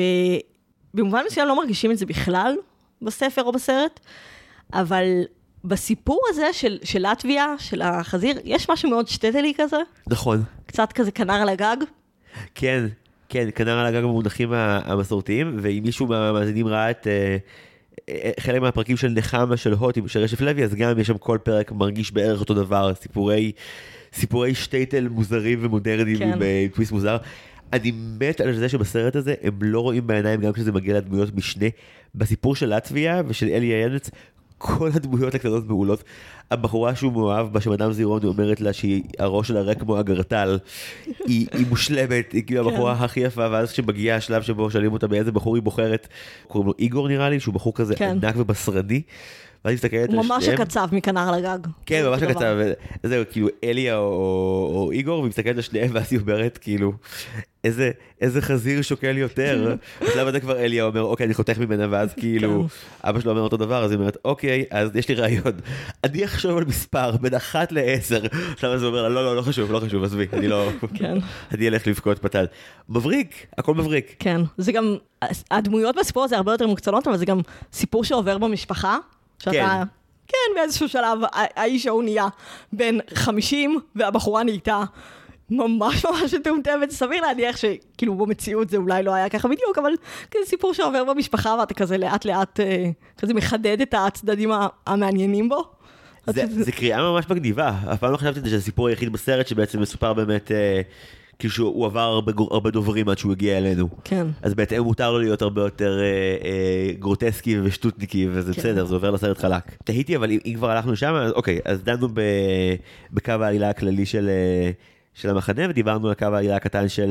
ובמובן מסוים לא מרגישים את זה בכלל בספר או בסרט, אבל בסיפור הזה של לטביה, של החזיר, יש משהו מאוד שטטלי כזה. נכון. קצת כזה כנר על הגג. כן, כן, כנר על הגג במונחים המסורתיים, ואם מישהו מהמאזינים ראה את חלק מהפרקים של נחמה של הוט של רשף לוי, אז גם יש שם כל פרק מרגיש בערך אותו דבר, סיפורי שטייטל מוזרים ומודרניים עם טוויסט מוזר. אני מת על זה שבסרט הזה הם לא רואים בעיניים גם כשזה מגיע לדמויות משנה. בסיפור של לטביה ושל אלי הילץ, כל הדמויות הקטנות מעולות. הבחורה שהוא מאוהב בה, שמדם זירון, היא אומרת לה שהראש שלה ריק כמו אגרטל, היא מושלמת, היא כאילו הבחורה הכי יפה, ואז כשמגיע השלב שבו שואלים אותה באיזה בחור היא בוחרת, קוראים לו איגור נראה לי, שהוא בחור כזה ענק ובשרדי, ואז היא מסתכלת על שניהם. ממש הקצב מכנר על הגג. כן, ממש הקצב, זהו, כאילו אליה או איגור, והיא מסתכלת על שניהם, ואז היא אומרת, כאילו, איזה חזיר שוקל יותר. בשלב הזה כבר אליה אומר, אוקיי, אני חותך ממנה, ואז כאילו, אבא שלו אומר אותו דבר, אז היא אומרת, אוקיי, אז יש לי רעיון. אני אחשוב על מספר, בין 1 ל-10. עכשיו אז הוא אומר, לא חשוב, עזבי, אני אלך לבכות פתל. מבריק, הכל מבריק. כן, זה גם, הדמויות בסיפור זה הרבה יותר מוקצנות, אבל זה גם סיפור שעובר במשפחה. שאתה, כן, באיזשהו שלב, האיש ההוא נהיה בין 50, והבחורה נהייתה ממש מטומטמת. סביר להניח שכאילו במציאות זה אולי לא היה ככה בדיוק, אבל כזה סיפור שעובר במשפחה, ואתה כזה לאט לאט כזה מחדד את הצדדים המעניינים בו. זה קריאה ממש מגניבה. אף פעם לא חשבתי שזה הסיפור היחיד בסרט, שבעצם מסופר באמת כאילו שהוא עבר הרבה דוברים עד שהוא הגיע אלינו. כן. אז בהתאם מותר לו להיות הרבה יותר גרוטסקי ושטוטניקי, וזה בסדר, זה עובר לסרט חלק. תהיתי, אבל אם כבר הלכנו שם, אז אוקיי, אז דנו בקו העלילה הכללי של המחנה, ודיברנו על קו העלילה הקטן של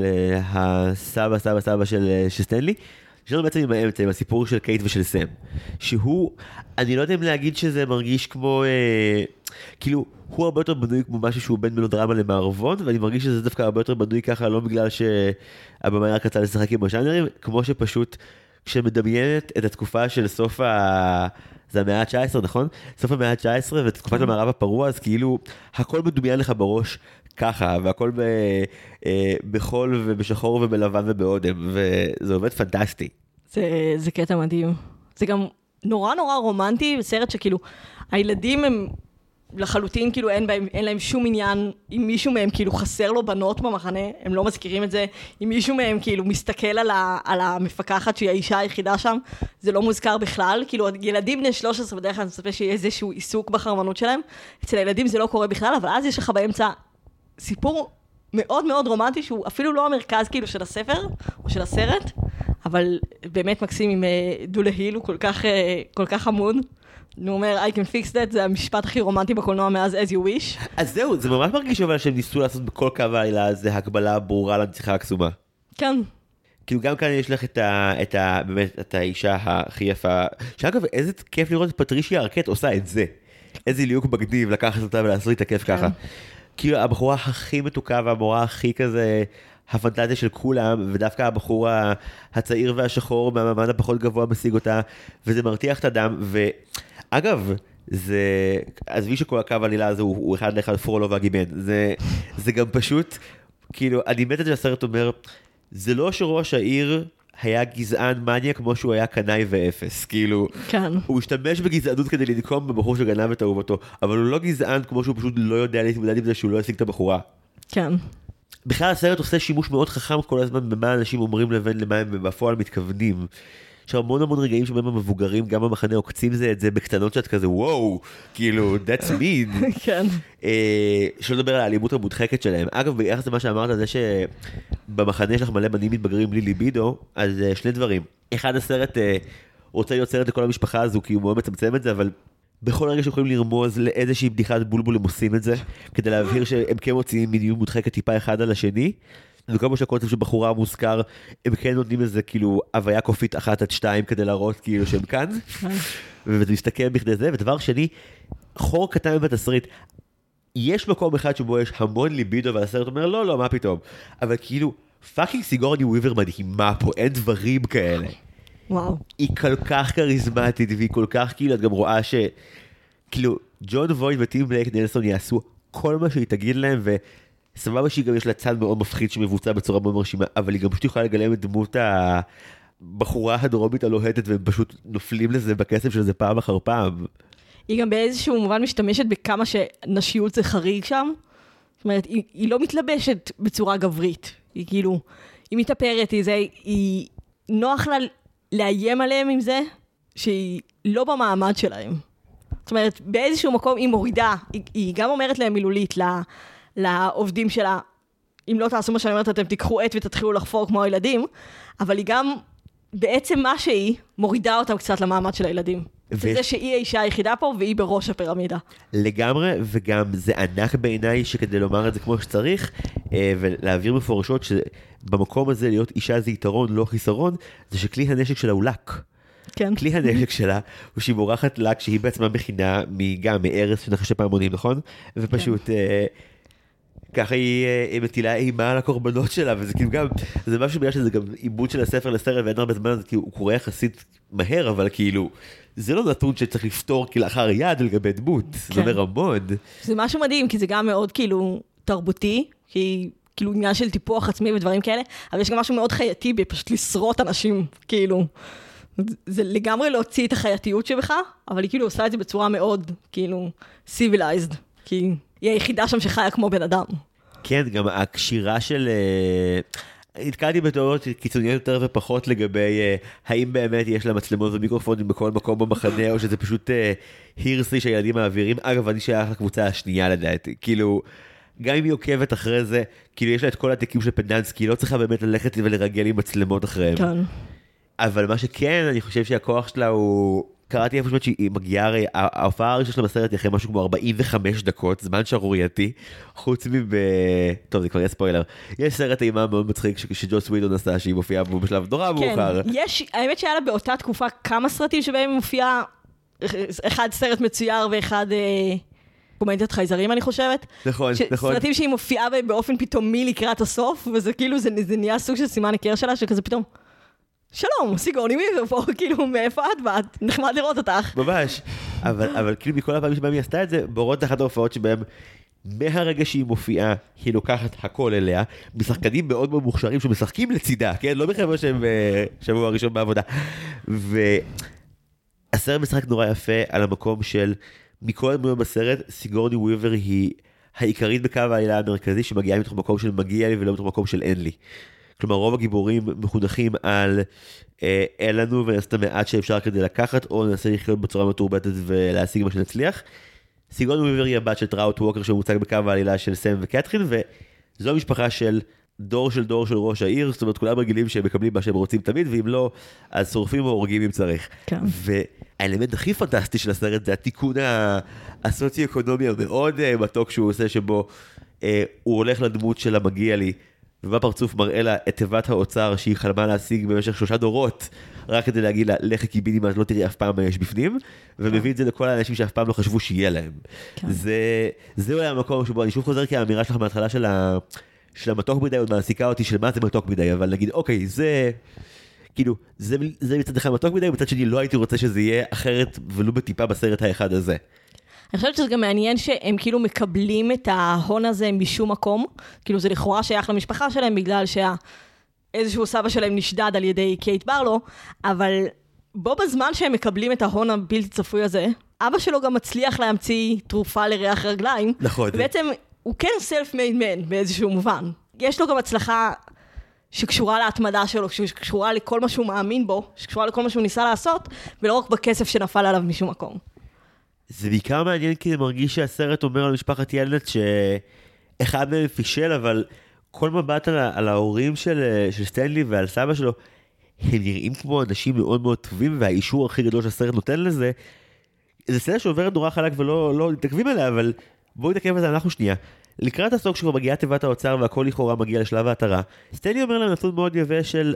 הסבא של סטנלי. יש לנו בעצם עם האמצע, עם הסיפור של קייט ושל סם, שהוא, אני לא יודע אם להגיד שזה מרגיש כמו, כאילו, הוא הרבה יותר בנוי כמו משהו שהוא בין מלודרמה למערבון, ואני מרגיש שזה דווקא הרבה יותר בנוי ככה, לא בגלל שהבמאי רק רצה לשחק עם הז'אנרים, כמו שפשוט, כשמדמיינת את התקופה של סוף זה המאה ה-19, נכון? סוף המאה ה-19, ואת תקופת המערב הפרוע, אז כאילו, הכל מדומיין לך בראש ככה, והכל בחול ובשחור ובלבן ובאודם, וזה עובד פנטסטי. זה קטע מדהים. זה גם נורא רומנטי, בסרט שכאילו, הילדים הם לחלוטין, כאילו אין להם שום עניין, אם מישהו מהם כאילו חסר לו בנות במחנה, הם לא מזכירים את זה, אם מישהו מהם כאילו מסתכל על המפקחת שהיא האישה היחידה שם, זה לא מוזכר בכלל, כאילו ילדים בני 13 בדרך כלל אני מצפה שיהיה איזשהו עיסוק בחרמנות שלהם, אצל הילדים זה לא קורה בכלל, אבל אז יש לך באמצע סיפור מאוד מאוד רומנטי, שהוא אפילו לא המרכז כאילו של הספר או של הסרט, אבל באמת מקסים עם דולה היל, הוא כל כך חמוד. הוא אומר, I can fix that, זה המשפט הכי רומנטי בקולנוע מאז as you wish. אז זהו, זה ממש מרגיש אבל שהם ניסו לעשות בכל קו העלילה, זה הקבלה ברורה לנציחה הקסומה. כן. כאילו גם כאן יש לך באמת, את האישה הכי יפה, שאגב, איזה כיף לראות את פטרישיה ארקט עושה את זה. איזה ליהוק מגניב לקחת אותה ולעשות את הכיף ככה. כאילו הבחורה הכי מתוקה והמורה הכי כזה, הפנטזיה של כולם, ודווקא הבחור הצעיר והשחור מהמעמד הפחות גבוה משיג אותה, וזה מרתיח את הדם, ואגב, אז מי שכל הקו העלילה הזה הוא אחד לאחד פרולו והגיבן, זה גם פשוט, כאילו, אני מת את הסרט אומר, זה לא שראש העיר היה גזען מניה כמו שהוא היה קנאי ואפס, כאילו, כן. הוא השתמש בגזענות כדי לנקום בבחור שגנב את אהובתו, אבל הוא לא גזען כמו שהוא פשוט לא יודע להתמודד עם זה שהוא לא השיג את הבחורה. כן. בכלל הסרט עושה שימוש מאוד חכם כל הזמן במה אנשים אומרים לבין למה הם בפועל מתכוונים. יש המון רגעים שבהם המבוגרים גם במחנה עוקצים את זה בקטנות שאת כזה וואו, כאילו that's mean. כן. שלא לדבר על האלימות המודחקת שלהם. אגב, ביחס למה שאמרת זה שבמחנה יש לך מלא בנים מתבגרים בלי ליבידו, אז שני דברים. אחד, הסרט רוצה להיות סרט לכל המשפחה הזו כי הוא מאוד מצמצם את זה, אבל בכל רגע שיכולים לרמוז לאיזושהי בדיחת בולבול הם עושים את זה, כדי להבהיר שהם כן מוציאים מיניות מודחקת טיפה אחד על השני, וכל מה שהקונספט של בחורה מוזכר, הם כן נותנים איזה כאילו הוויה קופית 1-2 כדי להראות כאילו שהם כאן, וזה מסתכם בכדי זה. ודבר שני, חור קטן בתסריט, יש מקום אחד שבו יש המון ליבידו, והסרט אומר לא, מה פתאום, אבל כאילו, פאקינג סיגורני וויבר מדהימה פה, אין דברים כאלה. וואו. היא כל כך כריזמטית, והיא כל כך כאילו, את גם רואה כאילו, ג'ון וויד וטים בלייק נלסון יעשו כל מה שהיא תגיד להם, וסבבה שהיא גם יש לה צד מאוד מפחיד שמבוצע בצורה מאוד מרשימה, אבל היא גם פשוט יכולה לגלם את דמות הבחורה הדרומית הלוהטת, והם פשוט נופלים לזה בכסף של זה פעם אחר פעם. היא גם באיזשהו מובן משתמשת בכמה שנשיות זה חריג שם. זאת אומרת, היא לא מתלבשת בצורה גברית. היא כאילו, היא מתאפרת, היא נוח לה לאיים עליהם עם זה, שהיא לא במעמד שלהם. זאת אומרת, באיזשהו מקום היא מורידה, היא גם אומרת להם מילולית, לעובדים שלה, אם לא תעשו מה שאני אומרת, אתם תיקחו עת ותתחילו לחפור כמו הילדים, אבל היא גם, בעצם מה שהיא, מורידה אותם קצת למעמד של הילדים. זה שהיא האישה היחידה פה, והיא בראש הפירמידה. לגמרי, וגם זה ענק בעיניי, שכדי לומר את זה כמו שצריך, ולהעביר מפורשות שבמקום הזה להיות אישה זה יתרון, לא חיסרון, זה שכלי הנשק שלה הוא לק. כן. כלי הנשק שלה הוא שהיא מורחת לק שהיא בעצמה מכינה גם מארץ של נחשי פעמונים, נכון? ופשוט ככה היא מטילה אימה על הקורבנות שלה, וזה כאילו גם, זה משהו בגלל שזה גם עיבוד של הספר לסרט ואין הרבה זמן, כי הוא קורא יחסית מהר, אבל כאילו, זה לא נתון שצריך לפתור כלאחר יד לגבי דמות, זה אומר המון. זה משהו מדהים, כי זה גם מאוד כאילו תרבותי, כי כאילו עניין של טיפוח עצמי ודברים כאלה, אבל יש גם משהו מאוד חייתי בפשוט לשרוט אנשים, כאילו. זה לגמרי להוציא את החייתיות שבך, אבל היא כאילו עושה את זה בצורה מאוד, כאילו, civilized, כי היא היחידה שם שחיה כמו בן אדם. כן, גם הקשירה של... נתקלתי בתיאוריות קיצוניות יותר ופחות לגבי האם באמת יש לה מצלמות ומיקרופונים בכל מקום במחנה, או שזה פשוט הירסי שהילדים מעבירים. אגב, אני שייך לקבוצה השנייה לדעתי, כאילו... גם אם היא עוקבת אחרי זה, כאילו יש לה את כל התיקים של פנדנסקי, היא לא צריכה באמת ללכת ולרגל עם מצלמות אחריהם. כן. אבל מה שכן, אני חושב שהכוח שלה הוא... קראתי איפה שהיא מגיעה, הרי ההופעה הראשונה שלה בסרט היא אחרי משהו כמו 45 דקות, זמן שערורייתי, חוץ טוב, זה כבר יהיה ספוילר. יש סרט אימה מאוד מצחיק שג'וס ווידון עשה, שהיא מופיעה בו בשלב נורא מאוחר. כן, האמת שהיה לה באותה תקופה כמה סרטים שבהם היא מופיעה, אחד סרט מצויר ואחד... קומדיית חייזרים, אני חושבת. נכון. סרטים שהיא מופיעה בהם באופן פתאומי לקראת הסוף, וזה כאילו, זה נהיה סוג של סימן הכר שלה, שכזה פתאום, שלום, סיגורני וויבר פה, כאילו, מאיפה את באת? נחמד לראות אותך. ממש. אבל כאילו מכל הפעמים שבהם היא עשתה את זה, בורות אחת ההופעות שבהם, מהרגע שהיא מופיעה, היא לוקחת הכל אליה, משחקנים מאוד מאוד מוכשרים שמשחקים לצידה, כן? לא בחבר'ה שהם שבוע הראשון בעבודה. והסרט משחק נורא יפה על המקום של מכל הדמויות בסרט, סיגורני וויבר היא העיקרית בקו העלילה המרכזי, שמגיעה מתוך מקום של מגיע לי ולא מתוך מקום של אין לי. כלומר, רוב הגיבורים מחונכים על אין לנו ונעשה מעט שאפשר כדי לקחת, או ננסה לחיות בצורה מתורבתת ולהשיג מה שנצליח. סיגורני וויבר היא הבת של טראוט ווקר שמוצג בקו העלילה של סם וקטרין, וזו המשפחה של דור של ראש העיר, זאת אומרת, כולם רגילים שהם מקבלים מה שהם רוצים תמיד, ואם לא, אז שורפים או הורגים אם צריך. כן. והאלמנט הכי פנטסטי של הסרט זה התיקון הסוציו-אקונומי המאוד מתוק שהוא עושה, שבו הוא הולך לדמות של המגיע לי, ובפרצוף מראה לה את תיבת האוצר שהיא חלמה להשיג במשך 3 דורות, רק כדי להגיד לה, לכי קיבינימט, לא תראי אף פעם מה יש בפנים, ומביא את זה לכל האנשים שאף פעם לא חשבו שיהיה להם. זה אולי המקום שבו אני שוב חוזר, כי האמירה שלך מההתחלה של המתוק מדי, עוד מעסיקה אותי של מה זה מתוק מדי, אבל נגיד, אוקיי, זה כאילו, זה מצד אחד מתוק מדי, מצד שני לא הייתי רוצה שזה יהיה אחרת, ולא בטיפה בסרט האחד הזה. אני חושבת שזה גם מעניין שהם כאילו מקבלים את ההון הזה משום מקום, כאילו זה לכאורה שייך למשפחה שלהם, בגלל שאיזשהו סבא שלהם נשדד על ידי קייט ברלו, אבל בו בזמן שהם מקבלים את ההון הבלתי צפוי הזה, אבא שלו גם מצליח להמציא תרופה לריח רגליים, נכון. ובעצם הוא כן self-made man באיזשהו מובן. יש לו גם הצלחה שקשורה להתמדה שלו, שקשורה לכל מה שהוא מאמין בו, שקשורה לכל מה שהוא ניסה לעשות, ולא רק בכסף שנפל עליו משום מקום. זה בעיקר מעניין, כי זה מרגיש שהסרט אומר על משפחת ילד שאחד מהם פישל, אבל כל מבט על ההורים של סטנלי ועל סבא שלו, הם נראים כמו אנשים מאוד מאוד טובים, והאישור הכי גדול שהסרט נותן לזה, זה סרט שעוברת נורא חלק ולא מתעכבים עליה, אבל בואו נתעכב על זה אנחנו שנייה. לקראת הסוף שכבר מגיעה תיבת האוצר והכל לכאורה מגיע לשלב ההתרה, סטנלי אומר להם נתון מאוד יפה של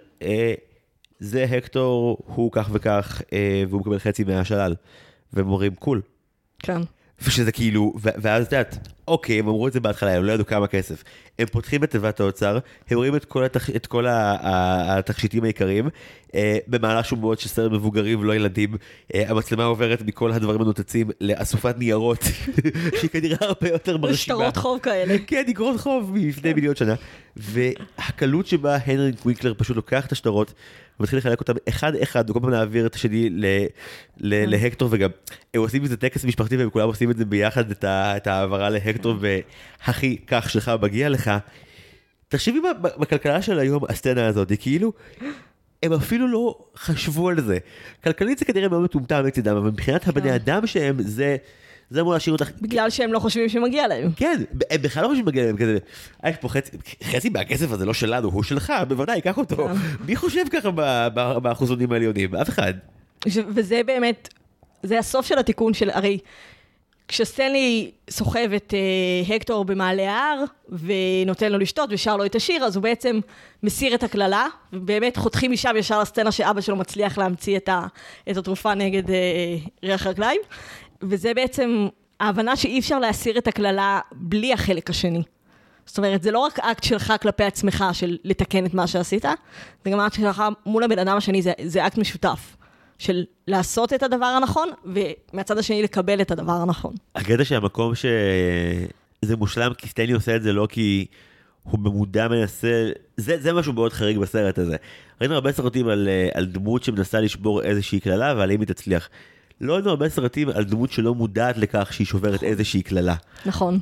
זה הקטור, הוא כך וכך, והוא מקבל חצי מהשלל. והם אומרים, קול. כן. ושזה כאילו, ואז את יודעת, אוקיי, הם אמרו את זה בהתחלה, הם לא ידעו כמה כסף. הם פותחים את תיבת האוצר, הם רואים את כל התכשיטים העיקריים, במהלך שהוא מאוד שסרט מבוגרים ולא ילדים, המצלמה עוברת מכל הדברים הנוצצים לאסופת ניירות, שהיא כנראה הרבה יותר מרשימה. שטרות חוב כאלה. כן, אגרות חוב מלפני מיליון שנה. והקלות שבה הנרי קווינקלר פשוט לוקח את השטרות, ומתחיל לחלק אותם אחד, וכל פעם להעביר את השני להקטור, וגם הם עושים איזה טקס משפחתי, והם כולם עושים את זה ביחד, את העברה להקטור, והכי כך שלך מגיע לך. תחשבי בכלכלה של היום, הסצנה הזאת, כאילו, הם אפילו לא חשבו על זה. כלכלית זה כנראה מאוד מטומטם מצדם, אבל מבחינת הבני אדם שהם, זה אמור להשאיר אותך... בגלל שהם לא חושבים שמגיע להם. כן, הם בכלל לא חושבים שמגיע להם כזה. יש פה חצי מהכסף הזה לא שלנו, הוא שלך, בוודאי, קח אותו. מי חושב ככה באחוזונים העליונים? אף אחד. וזה באמת, זה הסוף של התיקון של, הרי, כשסטנלי סוחב את הקטור במעלה ההר, ונותן לו לשתות ושר לו את השיר, אז הוא בעצם מסיר את הכללה, ובאמת חותכים משם ישר לסצנה שאבא שלו מצליח להמציא את התרופה נגד ריח רגליים, וזה בעצם ההבנה שאי אפשר להסיר את הכללה בלי החלק השני. זאת אומרת, זה לא רק אקט שלך כלפי עצמך של לתקן את מה שעשית, זה גם אקט שלך מול הבן אדם השני, זה אקט משותף. של לעשות את הדבר הנכון, ומהצד השני לקבל את הדבר הנכון. הקטע שהמקום שזה מושלם, כי סטנלי עושה את זה לא כי הוא במודע מנסה, זה משהו מאוד חריג בסרט הזה. ראינו הרבה סרטים על דמות שמנסה לשבור איזושהי כללה, ועל אם היא תצליח. לא ראינו הרבה סרטים על דמות שלא מודעת לכך שהיא שוברת איזושהי כללה. נכון.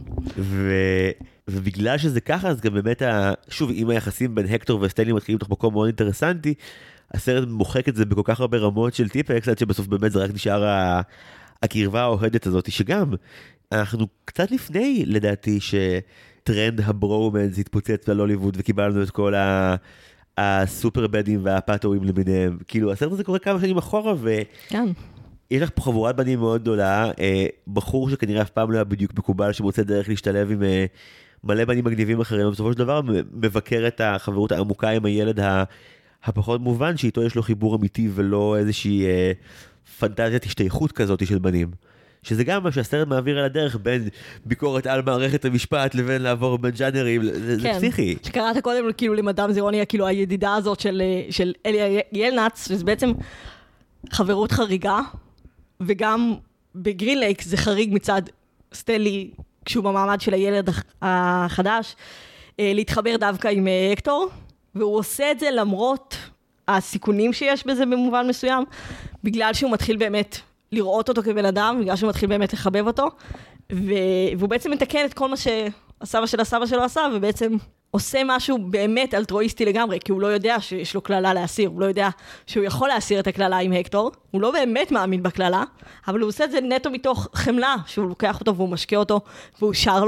ובגלל שזה ככה, אז גם באמת, שוב, אם היחסים בין הקטור וסטנלי מתחילים לתוך מקום מאוד אינטרסנטי, הסרט מוחק את זה בכל כך הרבה רמות של טיפקס, עד שבסוף באמת זה רק נשאר הקרבה האוהדת הזאת, שגם אנחנו קצת לפני, לדעתי, שטרנד הברומנס התפוצץ להוליווד, וקיבלנו את כל הסופר בדים והפאטואים למיניהם. כאילו, הסרט הזה קורה כמה שנים אחורה, ויש לך פה חבורת בנים מאוד גדולה, בחור שכנראה אף פעם לא היה בדיוק מקובל, שמוצא דרך להשתלב עם מלא בנים מגניבים אחרים, ובסופו של דבר מבקר את החברות העמוקה עם הילד הפחות מובן שאיתו יש לו חיבור אמיתי ולא איזושהי פנטזיית השתייכות כזאת של בנים. שזה גם מה שהסרט מעביר על הדרך בין ביקורת על מערכת המשפט לבין לעבור בין ג'אנרים, זה פסיכי. שקראת קודם כאילו למדאם זירוני, כאילו הידידה הזאת של אליה ילנץ, שזה בעצם חברות חריגה, וגם בגרין לייק זה חריג מצד סטנלי, כשהוא במעמד של הילד החדש, להתחבר דווקא עם הקטור, והוא עושה את זה למרות הסיכונים שיש בזה במובן מסוים, בגלל שהוא מתחיל באמת לראות אותו כבן אדם, בגלל שהוא מתחיל באמת לחבב אותו, והוא בעצם מתקן את כל מה שהסבא של הסבא שלו עשה, ובעצם עושה משהו באמת אלטרואיסטי לגמרי, כי הוא לא יודע שיש לו כללה להסיר, הוא לא יודע שהוא יכול להסיר את הכללה עם הקטור, הוא לא באמת מאמין בכללה, אבל הוא עושה את זה נטו מתוך חמלה, שהוא לוקח אותו והוא משקה אותו, והוא שר לו,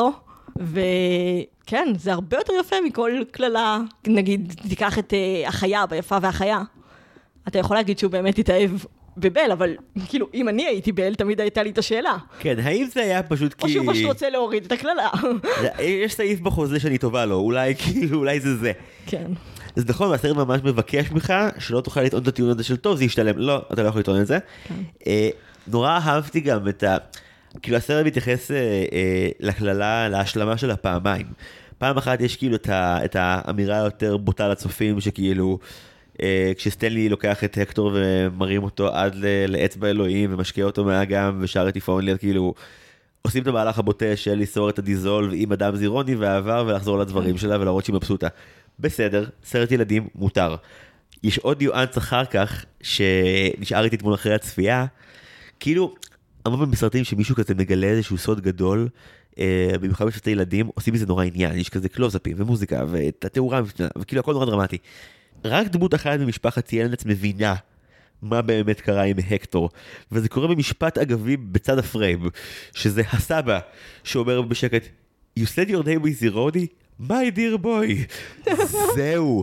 וכן, זה הרבה יותר יפה מכל כללה, נגיד, תיקח את החיה, ביפה והחיה. אתה יכול להגיד שהוא באמת התאהב בבל, אבל כאילו, אם אני הייתי בל, תמיד הייתה לי את השאלה. כן, האם זה היה פשוט כי... או שהוא פשוט רוצה להוריד את הכללה. יש סעיף בחוזה שאני טובה לו, אולי כאילו, אולי זה זה. כן. אז נכון, והסרט ממש מבקש ממך שלא תוכל לטעון את הטיעון הזה של טוב, זה ישתלם. לא, אתה לא יכול לטעון את זה. נורא אהבתי גם את ה... כאילו הסרט מתייחס לכללה, להשלמה של הפעמיים. פעם אחת יש כאילו את האמירה היותר בוטה לצופים, שכאילו כשסטנלי לוקח את הקטור ומרים אותו עד לאצבע אלוהים ומשקיע אותו מהאגם ושר את If Only, כאילו עושים את המהלך הבוטה של ליצור את הדיזולב עם אדם זירוני והעבר ולחזור לדברים שלה ולהראות שהיא מבסוטה. בסדר, סרט ילדים מותר. יש עוד ניואנס אחר כך שנשאר איתי תמול אחרי הצפייה, כאילו המון בסרטים שמישהו כזה מגלה איזשהו סוד גדול, במיוחד בסרטי ילדים, עושים מזה נורא עניין, יש כזה קלוזאפים ומוזיקה והתאורה, וכאילו הכל נורא דרמטי. רק דמות אחת ממשפחת ילנץ מבינה מה באמת קרה עם הקטור, וזה קורה במשפט אגבי בצד הפריים, שזה הסבא שאומר בשקט, You said your name is Zironi? My dear boy. זהו.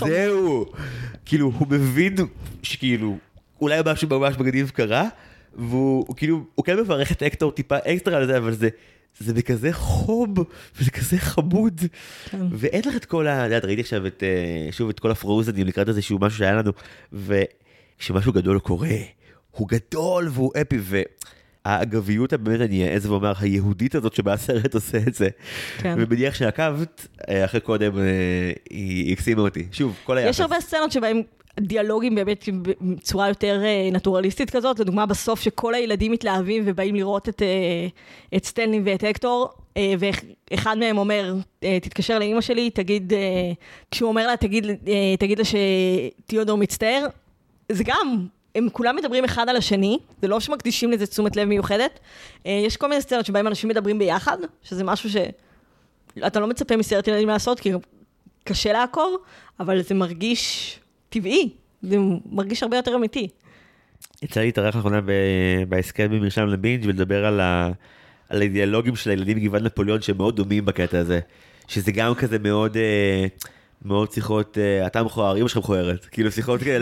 כאילו, הוא מבין שכאילו, אולי משהו ממש מגניב קרה, והוא כאילו, הוא כן מברך את הקטור טיפה אקסטרה על זה, אבל זה בכזה חום, וזה כזה חמוד, ואין לך את כל ראיתי עכשיו שוב את כל הפרוזנים לקראת איזשהו משהו שהיה לנו, וכשמשהו גדול קורה, הוא גדול והוא אפי, והאגביות הבאמת אני אעז ואומר, היהודית הזאת שבה הסרט עושה את זה, ומניח שעקבת, אחרי קודם היא הקסימה אותי, שוב, כל היחס. יש הרבה סצנות שבהם דיאלוגים באמת בצורה יותר נטורליסטית כזאת, לדוגמה בסוף שכל הילדים מתלהבים ובאים לראות את סטנלי ואת הקטור, ואחד מהם אומר, תתקשר לאמא שלי, תגיד, כשהוא אומר לה, תגיד לה שתיאודור מצטער, זה גם, הם כולם מדברים אחד על השני, זה לא שמקדישים לזה תשומת לב מיוחדת, יש כל מיני סצנות שבהם אנשים מדברים ביחד, שזה משהו שאתה לא מצפה מסרט ילדים לעשות, כי קשה לעקוב, אבל זה מרגיש טבעי, זה מרגיש הרבה יותר אמיתי. יצא לי להתארח לאחרונה בהסכם במרשם לבינג' ולדבר על האידיאלוגים של הילדים מגבעת נפוליאון שהם מאוד דומים בקטע הזה, שזה גם כזה מאוד שיחות, אתה מכוער, אמא שלך מכוערת, כאילו שיחות כאלה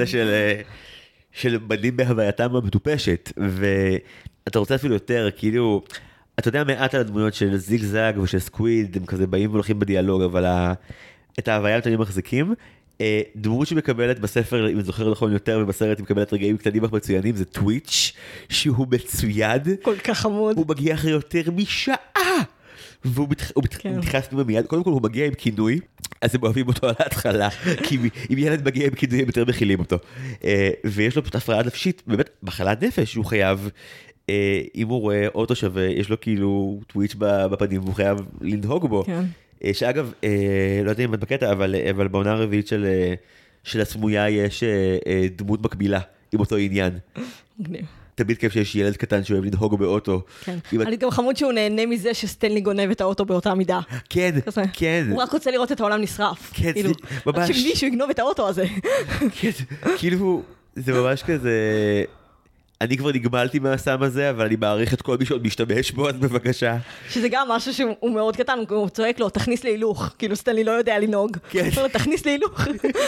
של בנים בהווייתם המטופשת, ואתה רוצה אפילו יותר, כאילו, אתה יודע מעט על הדמויות של זיג זאג ושל סקוויד, הם כזה באים והולכים בדיאלוג, אבל את ההוויה הם מחזיקים, דמות שמקבלת בספר, אם זוכר נכון יותר, ובסרט היא מקבלת רגעים קטנים אך מצוינים, זה טוויץ' שהוא מצויד. כל כך חמוד. הוא מגיע אחרי יותר משעה, והוא מתייחס מיד, קודם כל הוא מגיע עם כינוי, אז הם אוהבים אותו על ההתחלה, כי אם ילד מגיע עם כינוי, הם יותר מכילים אותו. ויש לו פשוט הפרעה נפשית, באמת, מחלת נפש, הוא חייב, אם הוא רואה אוטו שווה, יש לו כאילו טוויץ' בפנים, והוא חייב לנהוג בו. כן. שאגב, לא יודע אם את בקטע, אבל בעונה הרביעית של הסמויה יש דמות מקבילה עם אותו עניין. מגניב. תמיד כיף שיש ילד קטן שאוהב לנהוג באוטו. כן. אני גם חמוד שהוא נהנה מזה שסטנלי גונב את האוטו באותה מידה. כן, כן. הוא רק רוצה לראות את העולם נשרף. כן, ממש. שמישהו יגנוב את האוטו הזה. כן, כאילו, זה ממש כזה... אני כבר נגמלתי מהסם הזה, אבל אני מעריך את כל מי שעוד משתמש בו, אז בבקשה. שזה גם משהו שהוא מאוד קטן, הוא צועק לו, תכניס להילוך, כאילו סטנלי לא יודע לנהוג. כן. תכניס להילוך.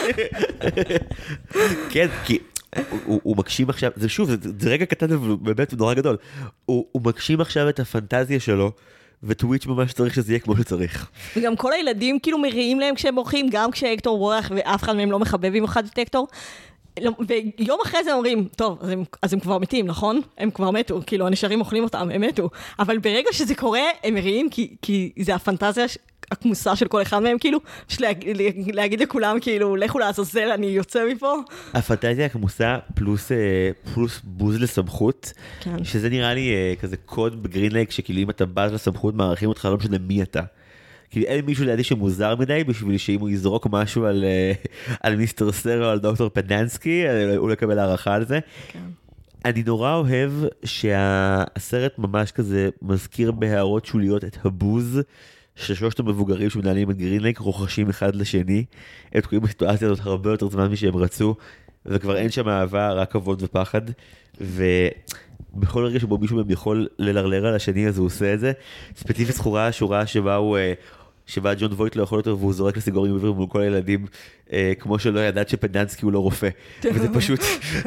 כן, כי הוא מגשים עכשיו, זה שוב, זה רגע קטן ובאמת נורא גדול, הוא מגשים עכשיו את הפנטזיה שלו, וטוויץ' ממש צריך שזה יהיה כמו שצריך. וגם כל הילדים כאילו מריעים להם כשהם בורחים, גם כשהקטור בורח ואף אחד מהם לא מחבב עם אחד את הקטור, ויום אחרי זה אומרים, טוב, אז הם כבר מתים, נכון? הם כבר מתו, כאילו, הנשארים אוכלים אותם, הם מתו. אבל ברגע שזה קורה, הם מריעים, כי זה הפנטזיה הכמוסה של כל אחד מהם, כאילו, להגיד לכולם, כאילו, לכו לעזאזל, אני יוצא מפה. הפנטזיה הכמוסה פלוס בוז לסמכות, שזה נראה לי כזה קוד בגרינלייק, שכאילו אם אתה בז לסמכות, מערכים אותך, לא משנה מי אתה. כאילו אין מישהו לידי שמוזר מדי, בשביל שאם הוא יזרוק משהו על מיסטר סר או על דוקטור פדנסקי, הוא לקבל הערכה על זה. אני נורא אוהב שהסרט ממש כזה מזכיר בהערות שוליות את הבוז, ששלושת המבוגרים שמנהלים את גרינלייק רוכשים אחד לשני, הם תקועים בסיטואציה הזאת הרבה יותר זמן משהם רצו, וכבר אין שם אהבה, רק כבוד ופחד, בכל רגע שבו מישהו מהם יכול ללרלר על השני, אז הוא עושה את זה. ספציפית זכורה השורה שבה ג'ון וויט לא יכול יותר, והוא זורק לסיגורים עבר מול כל הילדים, כמו שלא ידעת שפדנסקי הוא לא רופא. וזה פשוט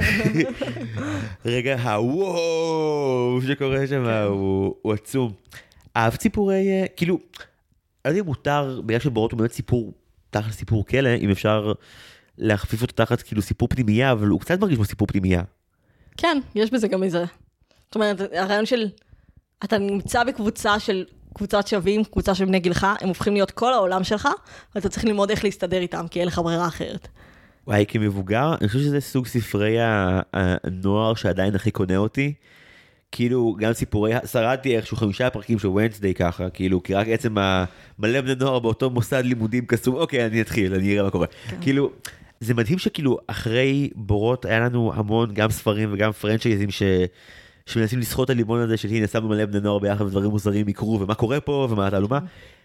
רגע הוואו שקורה שם, הוא עצום. אהב סיפורי, כאילו, לא יודע אם מותר, בגלל שבורות הוא באמת סיפור, תחת סיפור כלא, אם אפשר להכפיף אותו תחת כאילו סיפור פנימייה, אבל הוא קצת מרגיש כמו סיפור פנימייה. כן, יש בזה גם איזה. זאת אומרת, הרעיון של, אתה נמצא בקבוצה של קבוצת שווים, קבוצה של בני גילך, הם הופכים להיות כל העולם שלך, ואתה צריך ללמוד איך להסתדר איתם, כי אין לך ברירה אחרת. וואי, כמבוגר, אני חושב שזה סוג ספרי הנוער שעדיין הכי קונה אותי. כאילו, גם סיפורי, שרדתי איכשהו 5 פרקים של ונסדיי ככה, כאילו, כי רק עצם מלא בני נוער באותו מוסד לימודים קסום, אוקיי, אני אתחיל, אני אראה מה קורה. כאילו, זה מדהים שכאילו, אחרי בורות היה לנו המון, גם ספרים וגם פרנצ'ייזים שמנסים לסחוט על לימון הזה, של הנה, שמנו מלא בני נוער ביחד, ודברים מוזרים יקרו, ומה קורה פה, ומה התעלומה,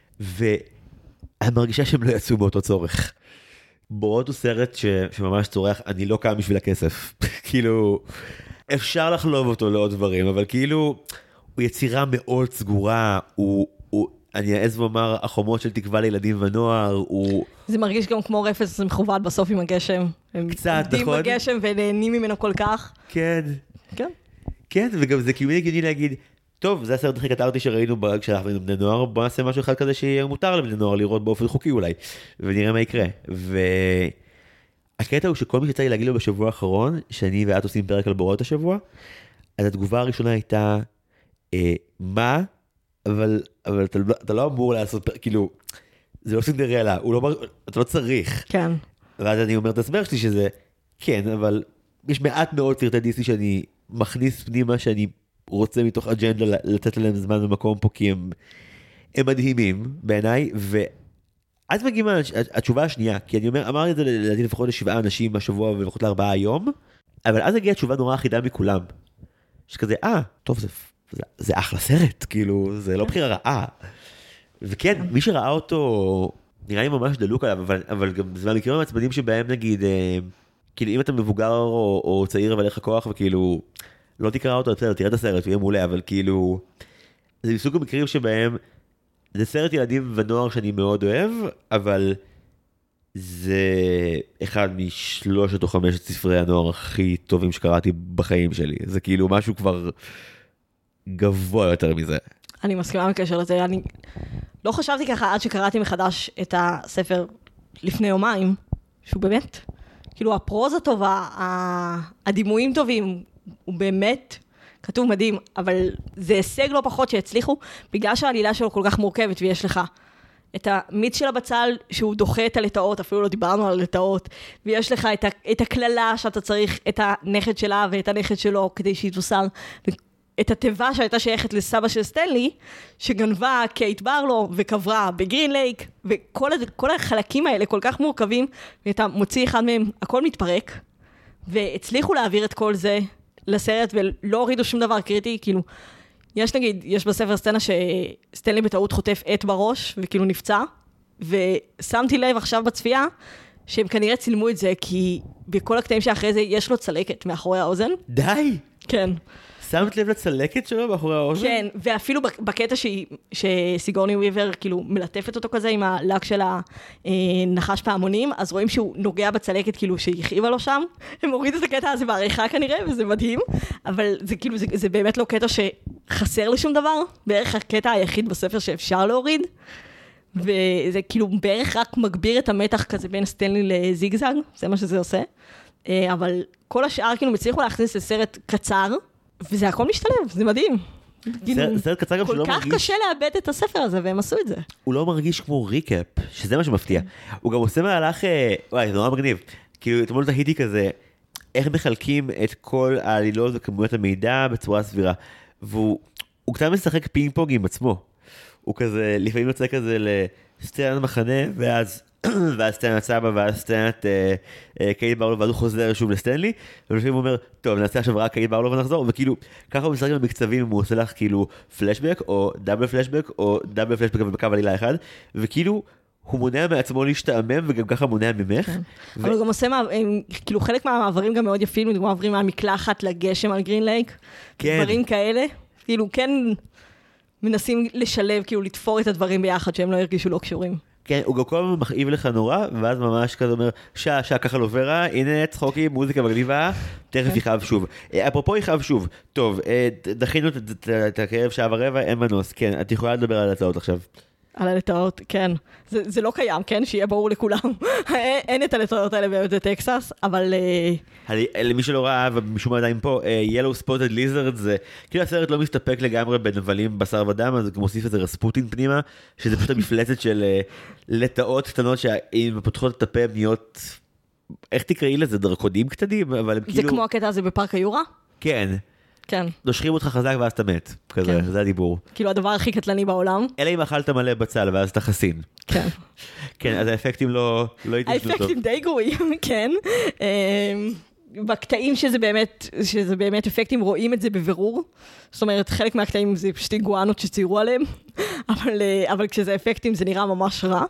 ואני מרגישה שהם לא יצאו באותו צורך. בורות הוא סרט שממש צורך, אני לא קם בשביל הכסף. כאילו, אפשר לחלוב אותו לעוד דברים, אבל כאילו, הוא יצירה מאוד סגורה, אני אעז ואומר, החומות של תקווה לילדים ונוער, זה מרגיש גם כמו רפס מכוון בסוף עם הגשם. קצת, נכון? הם עובדים בגשם ונהנים ממנו כל כך. כן. כן. כן, וגם זה כאילו הגיוני להגיד, טוב, זה הסרט הכי קטרתי שראינו כשאנחנו היינו בני נוער, בוא נעשה משהו אחד כזה שיהיה מותר לבני נוער לראות באופן חוקי אולי, ונראה מה יקרה. והקטע הוא שכל מי שיצא לי להגיד לו בשבוע האחרון, שאני ואת עושים פרק על בורות השבוע, אז התגובה הראשונה הייתה, מה? אבל אתה לא אמור לעשות פרק, כאילו, זה לא סינדרלה, אתה לא צריך. כן. ואז אני אומר את הסבר שלי שזה, כן, אבל יש מעט מאוד סרטי דיסני שאני מכניס פנימה שאני רוצה מתוך אג'נדה לתת להם זמן ומקום פה, כי הם מדהימים בעיניי, ואז מגיעים התשובה השנייה, כי אני אמרתי את זה לדעתי לפחות ל7 אנשים השבוע ולפחות ל4 היום, אבל אז הגיעה תשובה נורא אחידה מכולם, שכזה, טוב, זה אחלה סרט, כאילו, זה לא בחירה רעה. וכן, מי שראה אותו, נראה לי ממש דלוק עליו, אבל גם זה מהמקרים המעצבנים שבהם נגיד, כאילו אם אתה מבוגר או צעיר אבל לך כוח וכאילו, לא תקרא אותו, תראה את הסרט, הוא יהיה מעולה, אבל כאילו, זה מסוג המקרים שבהם, זה סרט ילדים ונוער שאני מאוד אוהב, אבל זה אחד מ3 או 5 ספרי הנוער הכי טובים שקראתי בחיים שלי. זה כאילו משהו כבר גבוה יותר מזה. אני מסכימה בקשר לזה, אני לא חשבתי ככה עד שקראתי מחדש את הספר לפני יומיים, שהוא באמת, כאילו הפרוזה טובה, הדימויים טובים, הוא באמת כתוב מדהים, אבל זה הישג לא פחות שהצליחו, בגלל שהעלילה שלו כל כך מורכבת, ויש לך את המיץ של הבצל שהוא דוחה את הלטאות, אפילו לא דיברנו על הלטאות, ויש לך את הכללה שאתה צריך את הנכד שלה ואת הנכד שלו כדי שהיא תוסר, את הטבע שהייתה שייכת לסבא של סטנלי, שגנבה קייט ברלו וקברה בגרין לייק, וכל החלקים האלה כל כך מורכבים, ואתה מוציא אחד מהם, הכל מתפרק, והצליחו להעביר את כל זה לסרט, ולא הורידו שום דבר קריטי, כאילו, יש בספר סצנה שסטנלי בטעות חוטף עט בראש, וכאילו נפצע, ושמתי לב עכשיו בצפייה, שהם כנראה צילמו את זה, כי בכל הקטעים שאחרי זה יש לו צלקת מאחורי האוזן. די! כן. שמת לב לצלקת שלו מאחורי האוזן? כן, ואפילו בקטע שסיגורני וויבר כאילו מלטפת אותו כזה עם הלק של הנחש פעמונים, אז רואים שהוא נוגע בצלקת כאילו שהכאיבה לו שם. הם הורידו את הקטע הזה בעריכה כנראה, וזה מדהים, אבל זה כאילו, זה באמת לא קטע שחסר לשום דבר, בערך הקטע היחיד בספר שאפשר להוריד, וזה כאילו בערך רק מגביר את המתח כזה בין סטנלי לזיגזג, זה מה שזה עושה. אבל כל השאר כאילו מצליחו להכניס לסרט קצר, וזה הכל משתלב, זה מדהים. סרט קצר גם שלא מרגיש... כל כך קשה לאבד את הספר הזה, והם עשו את זה. הוא לא מרגיש כמו ריקאפ, שזה מה שמפתיע. הוא גם עושה מהלך, וואי, זה נורא מגניב. כאילו, אתמול תהיתי כזה, איך מחלקים את כל העלילות וכמויות המידע בצורה סבירה. והוא קצת משחק פינג פונג עם עצמו. הוא כזה, לפעמים יוצא כזה לסצנת מחנה, ואז סצנת סבא, ואז סצנת קייט ברלו, ואז הוא חוזר שוב לסטנלי, ולפעמים הוא אומר, טוב, נעשה עכשיו רק קייט ברלו ונחזור, וכאילו, ככה הוא משחק במקצבים, אם הוא עושה לך כאילו פלשבק, או דאבל פלשבק, או דאבל פלשבק ובקו עלילה אחד, וכאילו, הוא מונע מעצמו להשתעמם, וגם ככה מונע ממך. אבל הוא גם עושה, כאילו חלק מהמעברים גם מאוד יפים, כמו מעברים מהמקלחת לגשם על גרין לייק, דברים כאלה, כאילו כן מנסים לשלב, כאילו לתפור את הדברים ביחד, שהם לא ירגישו לא קשורים. כן, הוא גם כל הזמן מכאיב לך נורא, ואז ממש כזה אומר, שעה ככה לוברה, הנה צחוקים, מוזיקה מגניבה, תכף יכאב שוב. אפרופו יכאב שוב, טוב, דחינו את הכאב שעה ורבע, אין מנוס, כן, את יכולה לדבר על הצעות עכשיו. על הלטאות, כן. זה לא קיים, כן? שיהיה ברור לכולם. אין את הלטאות האלה באמת בטקסס, אבל... למי שלא ראה, ומשום מה עדיין פה, Yellow Spotted Lizard זה... כאילו הסרט לא מסתפק לגמרי בנבלים בשר ודם, אז הוא מוסיף איזה רספוטין פנימה, שזה פשוט המפלצת של לטאות קטנות, שאם פותחות את הפה נהיות... איך תקראי לזה? דרקונים קטנים? אבל הם כאילו... זה כמו הקטע הזה בפארק היורה? כן. כן. נושכים אותך חזק ואז אתה מת, כזה, זה הדיבור. כאילו הדבר הכי קטלני בעולם. אלא אם אכלת מלא בצל ואז אתה חסין. כן. כן, אז האפקטים לא התנצלו טוב. האפקטים די גרועים, כן. בקטעים שזה באמת אפקטים, רואים את זה בבירור. זאת אומרת, חלק מהקטעים זה פשוט איגואנות שציירו עליהם, אבל כשזה אפקטים זה נראה ממש רע.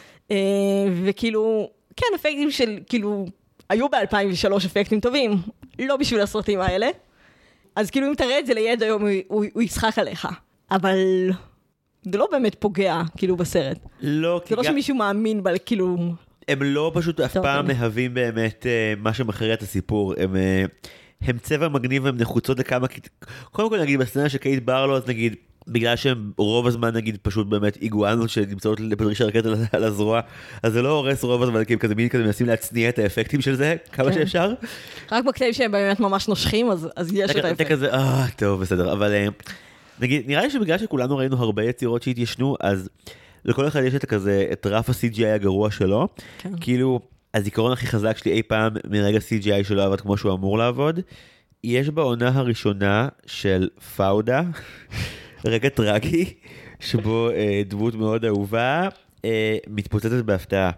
וכאילו, כן, אפקטים של, כאילו, היו ב-2003 אפקטים טובים, לא בשביל הסרטים האלה. אז כאילו אם תראה את זה ליד היום, הוא ישחק עליך. אבל זה לא באמת פוגע, כאילו, בסרט. לא, זה לא שמישהו מאמין בה, כאילו... הם לא פשוט אף פעם מהווים באמת מה שמכריע את הסיפור. הם צבע מגניב והם נחוצות לכמה... קודם כל נגיד, בסצנה של קייט ברלו, אז נגיד, בגלל שהם רוב הזמן נגיד פשוט באמת איגואנות שנמצאות לפדריש הרקט על הזרוע, אז זה לא הורס רוב הזמן, כי הם כזה מנסים להצניע את האפקטים של זה, כמה שאפשר. רק בקטעים שהם באמת ממש נושכים, אז יש את האפקט. כזה, טוב, בסדר, אבל נגיד, נראה לי שבגלל שכולנו ראינו הרבה יצירות שהתיישנו, אז לכל אחד יש את כזה, את רף ה-CGI הגרוע שלו, כאילו, הזיכרון הכי חזק שלי אי פעם מרגע CGI שלא עבד כמו שהוא אמור לעבוד, יש בעונה הראשונה של פאודה, רגע טרגי, שבו דמות מאוד אהובה מתפוצצת בהפתעה.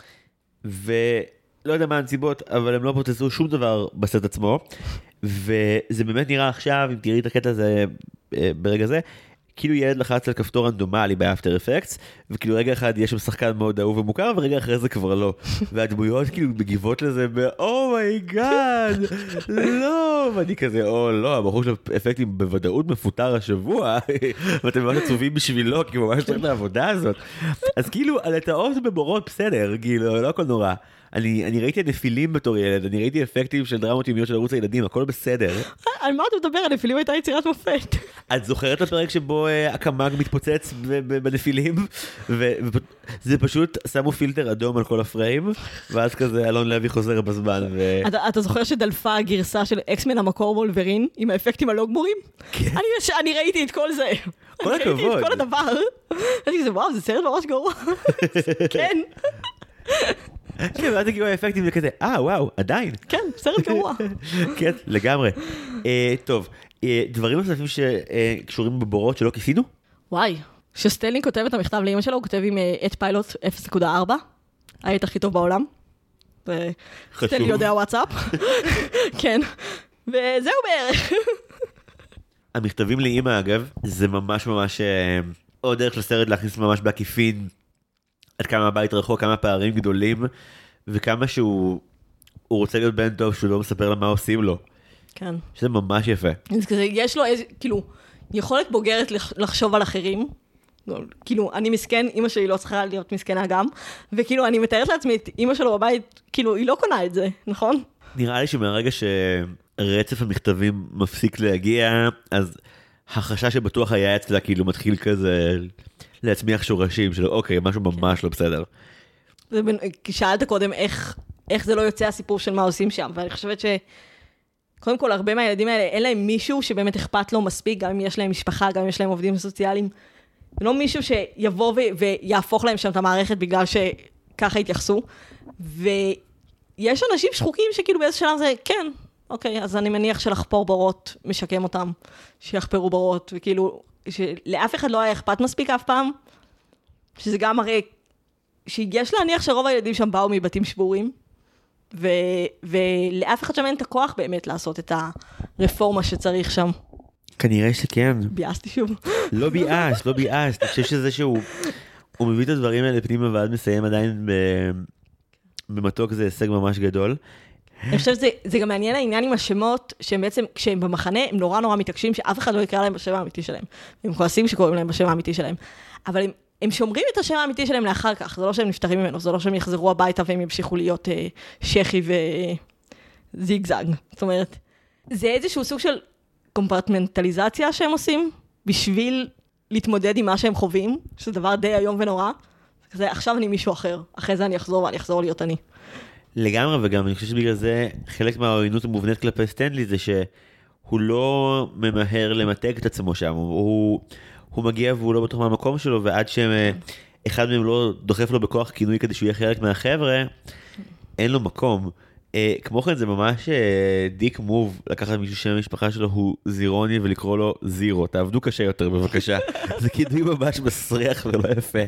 ולא יודע מה הנסיבות, אבל הם לא פוצצו שום דבר בסרט עצמו, וזה באמת נראה עכשיו, אם תראי את הקטע הזה ברגע זה, כאילו ילד לחץ על כפתור רנדומלי באפטר אפקטס, וכאילו רגע אחד יש שם שחקן מאוד אהוב ומוכר, ורגע אחרי זה כבר לא. והדמויות כאילו מגיבות לזה אומייגאד, לא, ואני כזה, לא, הבחור של אפקטים בוודאות מפוטר השבוע, ואתם ממש עצובים בשבילו, כי ממש צריך את העבודה הזאת. אז כאילו, הלטאות במורות בסדר, כאילו, לא הכל נורא. אני ראיתי נפילים בתור ילד, אני ראיתי אפקטים של דרמות ימיות של ערוץ הילדים, הכל בסדר. על מה אתה מדבר? הנפילים הייתה יצירת מופת. את זוכרת את הפרק שבו הקמ"ג מתפוצץ בנפילים, וזה פשוט שמו פילטר אדום על כל הפריים, ואז כזה אלון לוי חוזר בזמן. אתה זוכר שדלפה הגרסה של אקסמן המקור וולברין, עם האפקטים הלא גמורים? כן. אני ראיתי את כל זה. כל הכבוד. אני ראיתי את כל הדבר. אני כזה, וואו, זה סרט ממש גרוע. כן. כן, ואז הגיעו האפקטים וכזה, וואו, עדיין. כן, סרט גרוע. כן, לגמרי. טוב, דברים נוספים שקשורים בבורות שלא כיסינו? וואי, שסטלינג כותב את המכתב לאמא שלו, הוא כותב עם את פיילוט 0.4, היית הכי טוב בעולם. סטלינג יודע וואטסאפ. כן, וזהו בערך. המכתבים לאמא, אגב, זה ממש עוד דרך לסרט להכניס ממש בעקיפין, עד כמה הבית רחוק, כמה פערים גדולים, וכמה שהוא רוצה להיות בן טוב, שהוא לא מספר לה מה עושים לו. כן. שזה ממש יפה. יש לו איזה, כאילו, יכולת בוגרת לחשוב על אחרים, כאילו, אני מסכן, אמא שלי לא צריכה להיות מסכנה גם, וכאילו, אני מתארת לעצמי את אמא שלו בבית, כאילו, היא לא קונה את זה, נכון? נראה לי שמהרגע שרצף המכתבים מפסיק להגיע, אז החשש שבטוח היה אצלה, כאילו, מתחיל כזה להצמיח שורשים שלו, אוקיי, משהו ממש לא בסדר. שאלת קודם איך זה לא יוצא הסיפור של מה עושים שם, ואני חושבת קודם כל, הרבה מהילדים האלה, אין להם מישהו שבאמת אכפת לו מספיק, גם אם יש להם משפחה, גם אם יש להם עובדים סוציאליים. זה לא מישהו שיבוא ויהפוך להם שם את המערכת בגלל שככה התייחסו. ויש אנשים שחוקים שכאילו באיזה שלב זה, כן, אוקיי, אז אני מניח שלחפור בורות משקם אותם, שיחפרו בורות, וכאילו, לאף אחד לא היה אכפת מספיק אף פעם, שזה גם הרי, שיש להניח שרוב הילדים שם באו מבתים שבורים, ולאף אחד שם אין את הכוח באמת לעשות את הרפורמה שצריך שם. כנראה שכן. ביאסתי שוב. לא ביאס. אני חושב שזה שהוא... הוא מביא את הדברים האלה פנימה ועד מסיים עדיין במתוק, זה הישג ממש גדול. אני חושבת שזה גם מעניין העניין עם השמות, שהם בעצם, כשהם במחנה, הם נורא מתעקשים שאף אחד לא יקרא להם בשם האמיתי שלהם. הם כועסים שקוראים להם בשם האמיתי שלהם. אבל הם שומרים את השם האמיתי שלהם לאחר כך, זה לא שהם נפטרים ממנו, זה לא שהם יחזרו הביתה והם ימשיכו להיות שכי וזיגזג. זאת אומרת, זה איזשהו סוג של קומפרטמנטליזציה שהם עושים, בשביל להתמודד עם מה שהם חווים, שזה דבר די היום ונורא. כזה, עכשיו אני מישהו אחר, אחרי זה אני אחזור ואני אחזור להיות אני. לגמרי, וגם אני חושב שבגלל זה, חלק מהעוינות המובנית כלפי סטנלי זה שהוא לא ממהר למתג את עצמו שם, הוא מגיע והוא לא בטוח מהמקום שלו, ועד שאחד מהם לא דוחף לו בכוח כינוי כדי שהוא יהיה חלק מהחבר'ה, אין לו מקום. כמו כן זה ממש דיק מוב לקחת מישהו שם המשפחה שלו הוא זירוני ולקרוא לו זירו, תעבדו קשה יותר בבקשה, זה כינוי ממש מסריח ולא יפה.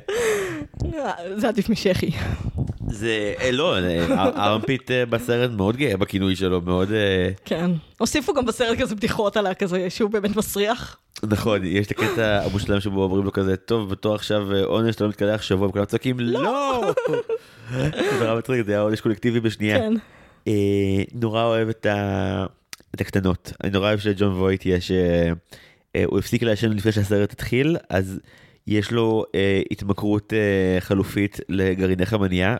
זה עדיף משכי. זה, לא, ארמפיט בסרט מאוד גאה בכינוי שלו, מאוד... כן, הוסיפו גם בסרט כזה בדיחות עלה כזה שהוא באמת מסריח. נכון, יש את הקטע המושלם שבו אומרים לו כזה, טוב, בתור עכשיו עונש, אתה לא מתקלח שבוע, וכולם צועקים, לא! זה רע מצחיק, זה היה עונש קולקטיבי בשנייה. כן. נורא אוהב את הקטנות, אני נורא אוהב שג'ון וויט יש, הוא הפסיק לעשן לפני שהסרט התחיל, אז יש לו התמכרות חלופית לגרעיני חמניה,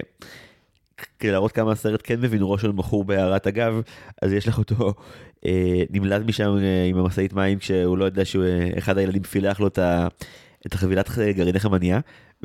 וכדי להראות כמה הסרט כן מבין ראש של בחור בהערת אגב, אז יש לך אותו נמלט משם עם המסעית מים, כשהוא לא יודע שאחד הילדים פילח לו את החבילת גרעיני חמניה,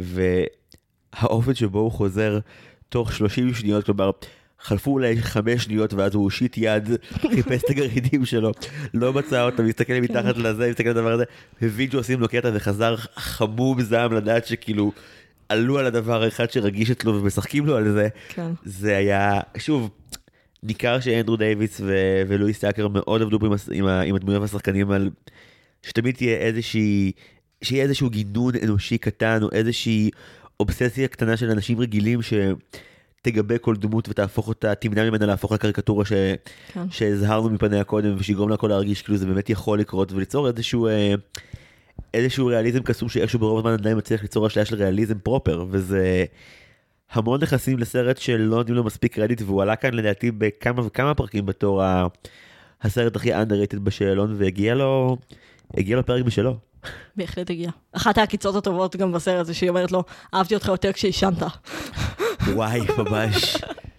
והאופן שבו הוא חוזר תוך 30 שניות, כלומר, חלפו אולי 5 שניות, ואז הוא הושיט יד, חיפש את הגרעינים שלו, לא מצא אותם, מסתכל מתחת לזה, מסתכל על הדבר הזה, הבין שעושים לו קטע וחזר חמום זעם לדעת שכאילו עלו על הדבר האחד שרגיש את לו ומשחקים לו על זה. זה היה, שוב, ניכר שאנדרו דייוויס ולואיס טאקר מאוד עבדו עם הדמויות והשחקנים על שתמיד תהיה שיהיה איזשהו גינון אנושי קטן, או איזושהי אובססיה קטנה של אנשים רגילים תגבה כל דמות ותהפוך אותה, תמנע ממנה להפוך לקריקטורה שהזהרנו מפניה קודם, ושיגרום לה כל להרגיש כאילו זה באמת יכול לקרות, וליצור איזשהו ריאליזם קסום, שאיכשהו ברוב הזמן עדיין מצליח ליצור השליה של ריאליזם פרופר, וזה המון נכנסים לסרט שלא נותנים לו מספיק קרדיט, והוא עלה כאן לדעתי בכמה וכמה פרקים בתור הסרט הכי underrated בשאלון, והגיע לו פרק בשלו. בהחלט הגיע. אחת העקיצות הטובות גם בסרט זה שהיא אומרת לו, אהבתי אותך יותר כשהישנת. וואי, ממש.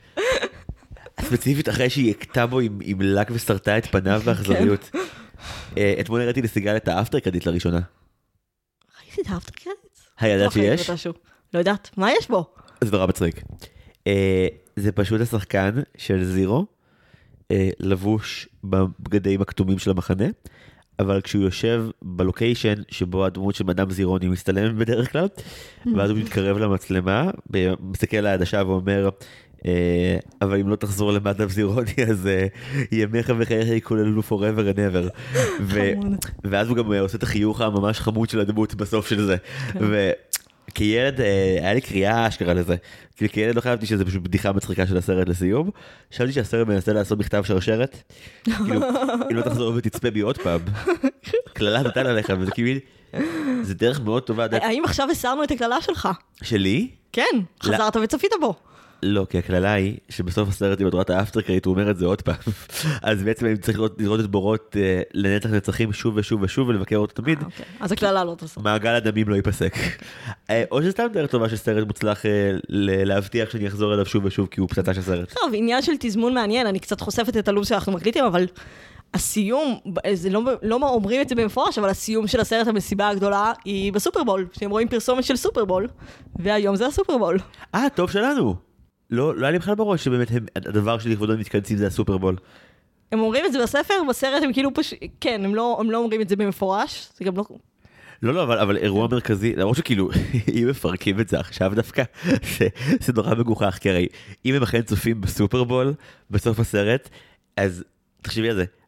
ספציפית אחרי שהיא הכתה בו עם לק וסרטה את פניו באכזריות. אתמול הראיתי לסיגל את האפטר קרדיט לראשונה. ראיתי את האפטר קרדיט? הידעת שיש? לא יודעת, מה יש בו? זה נורא מצחיק. זה פשוט השחקן של זירו, לבוש בבגדים הכתומים של המחנה, אבל כשהוא יושב בלוקיישן שבו הדמות של מדאם זירוני מסתלם בדרך כלל, ואז הוא מתקרב למצלמה, מסתכל על העדשה ואומר, אבל אם לא תחזור למדאם זירוני, אז ימיך וחייך יקוללו forever and ever. ואז הוא גם עושה את החיוך הממש חמוד של הדמות בסוף של זה. וכילד, היה לי קריאה אשכרה לזה. כילד לא חייבתי שזה פשוט בדיחה מצחיקה של הסרט לסיום. חשבתי שהסרט מנסה לעשות מכתב שרשרת. כאילו, אם לא תחזור ותצפה בי עוד פעם. כללה נתן עליך, וזה כאילו, זה דרך מאוד טובה. האם עכשיו הסרנו את הכללה שלך? שלי? כן, חזרת וצפית בו. לא, כי הכללה היא שבסוף הסרט עם הדורת האפטר קרדיט הוא אומר את זה עוד פעם. אז בעצם אני צריך לראות את בורות לנצח נצחים שוב ושוב ושוב ולבקר אותו תמיד. אז הכללה לא תעשה. מעגל הדמים לא ייפסק. או שסתם דרך טובה שסרט מוצלח להבטיח שאני אחזור אליו שוב ושוב כי הוא פצצה של סרט. טוב, עניין של תזמון מעניין, אני קצת חושפת את הלו"ז שאנחנו מקליטים, אבל הסיום, זה לא אומרים את זה במפורש, אבל הסיום של הסרט המסיבה הגדולה היא בסופרבול, שהם רואים פרסומת של סופרבול, והיום זה הסופרבול. טוב שלנו. לא היה לי בכלל בראש שבאמת הדבר שלכבודו מתכנסים זה הסופרבול. הם אומרים את זה בספר, בסרט הם כאילו כן, הם לא אומרים את זה במפורש, זה גם לא... לא, אבל אירוע מרכזי, למרות שכאילו, אם מפרקים את זה עכשיו דווקא, זה נורא מגוחך, כי הרי אם הם אכן צופים בסופרבול, בסוף הסרט, אז תחשבי על זה,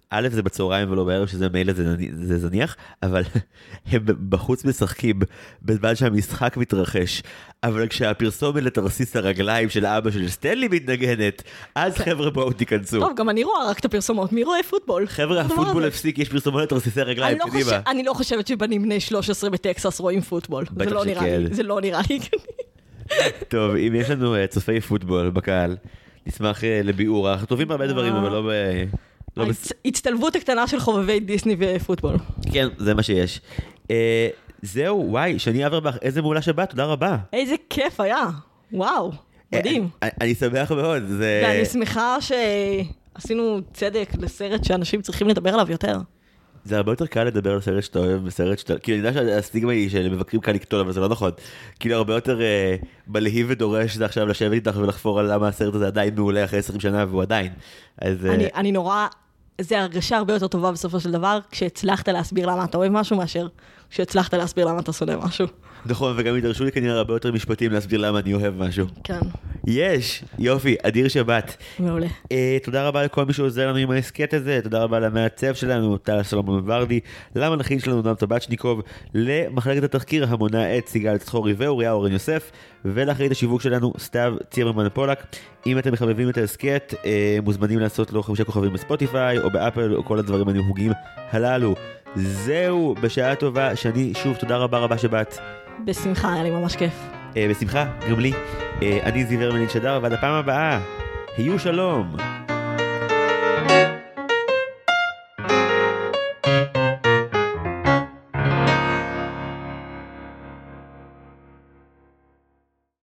א' זה בצהריים ולא בערב, שזה מילא זה זניח, אבל הם בחוץ משחקים בזמן שהמשחק מתרחש, אבל כשהפרסומת לתרסיס הרגליים של אבא של סטנלי מתנגנת, אז חבר'ה בואו תיכנסו. טוב, גם אני רואה רק את הפרסומות, מי רואה פוטבול? חבר'ה, הפוטבול הפסיק, יש פרסומות לתרסיסי רגליים, קדימה. אני לא חושבת שבנים בני 13 בטקסס רואים פוטבול, זה לא נראה לי. טוב, אם יש לנו צופי פוטבול בקהל, נשמח לביאור, אנחנו טובים בהרבה דברים, אבל לא הצטלבות הקטנה של חובבי דיסני ופוטבול. כן, זה מה שיש. זהו, וואי, שני אברבך, איזה מעולה שבת, תודה רבה. איזה כיף היה, וואו, מדהים. אני שמח מאוד. ואני שמחה שעשינו צדק לסרט שאנשים צריכים לדבר עליו יותר. זה הרבה יותר קל לדבר על סרט שאתה אוהב בסרט שאתה... כאילו, אני יודע שהסטיגמה היא שלמבקרים קל לקטול, אבל זה לא נכון. כאילו, הרבה יותר בלהיב ודורש זה עכשיו לשבת איתך ולחפור על למה הסרט הזה עדיין מעולה אחרי 20 שנה, והוא עדיין. אני נורא... זה הרגשה הרבה יותר טובה בסופו של דבר, כשהצלחת להסביר למה אתה אוהב משהו, מאשר כשהצלחת להסביר למה אתה שונא משהו. נכון, וגם ידרשו לי כנראה הרבה יותר משפטים להסביר למה אני אוהב משהו. כן. יש, יופי, אדיר שבת. מעולה. תודה רבה לכל מי שעוזר לנו עם ההסקט הזה, תודה רבה למעצב שלנו, טל סלומון ורדי, למנחים שלנו, נועם טבצ'ניקוב, למחלקת התחקיר המונה את סיגל צחורי ואוריה אורן יוסף, ולאחרית השיווק שלנו, סתיו צימרמן פולק. אם אתם מחבבים את ההסקט, מוזמנים לעשות לו 5 כוכבים בספוטיפיי, או באפל, או כל הדברים הנהוגים הללו. זהו, בשעה טובה, שני, שוב, תודה רבה רבה שבאת. בשמחה, היה לי ממש כיף. בשמחה, גם לי. אני זיוור מלין שדר, ועד הפעם הבאה, היו שלום.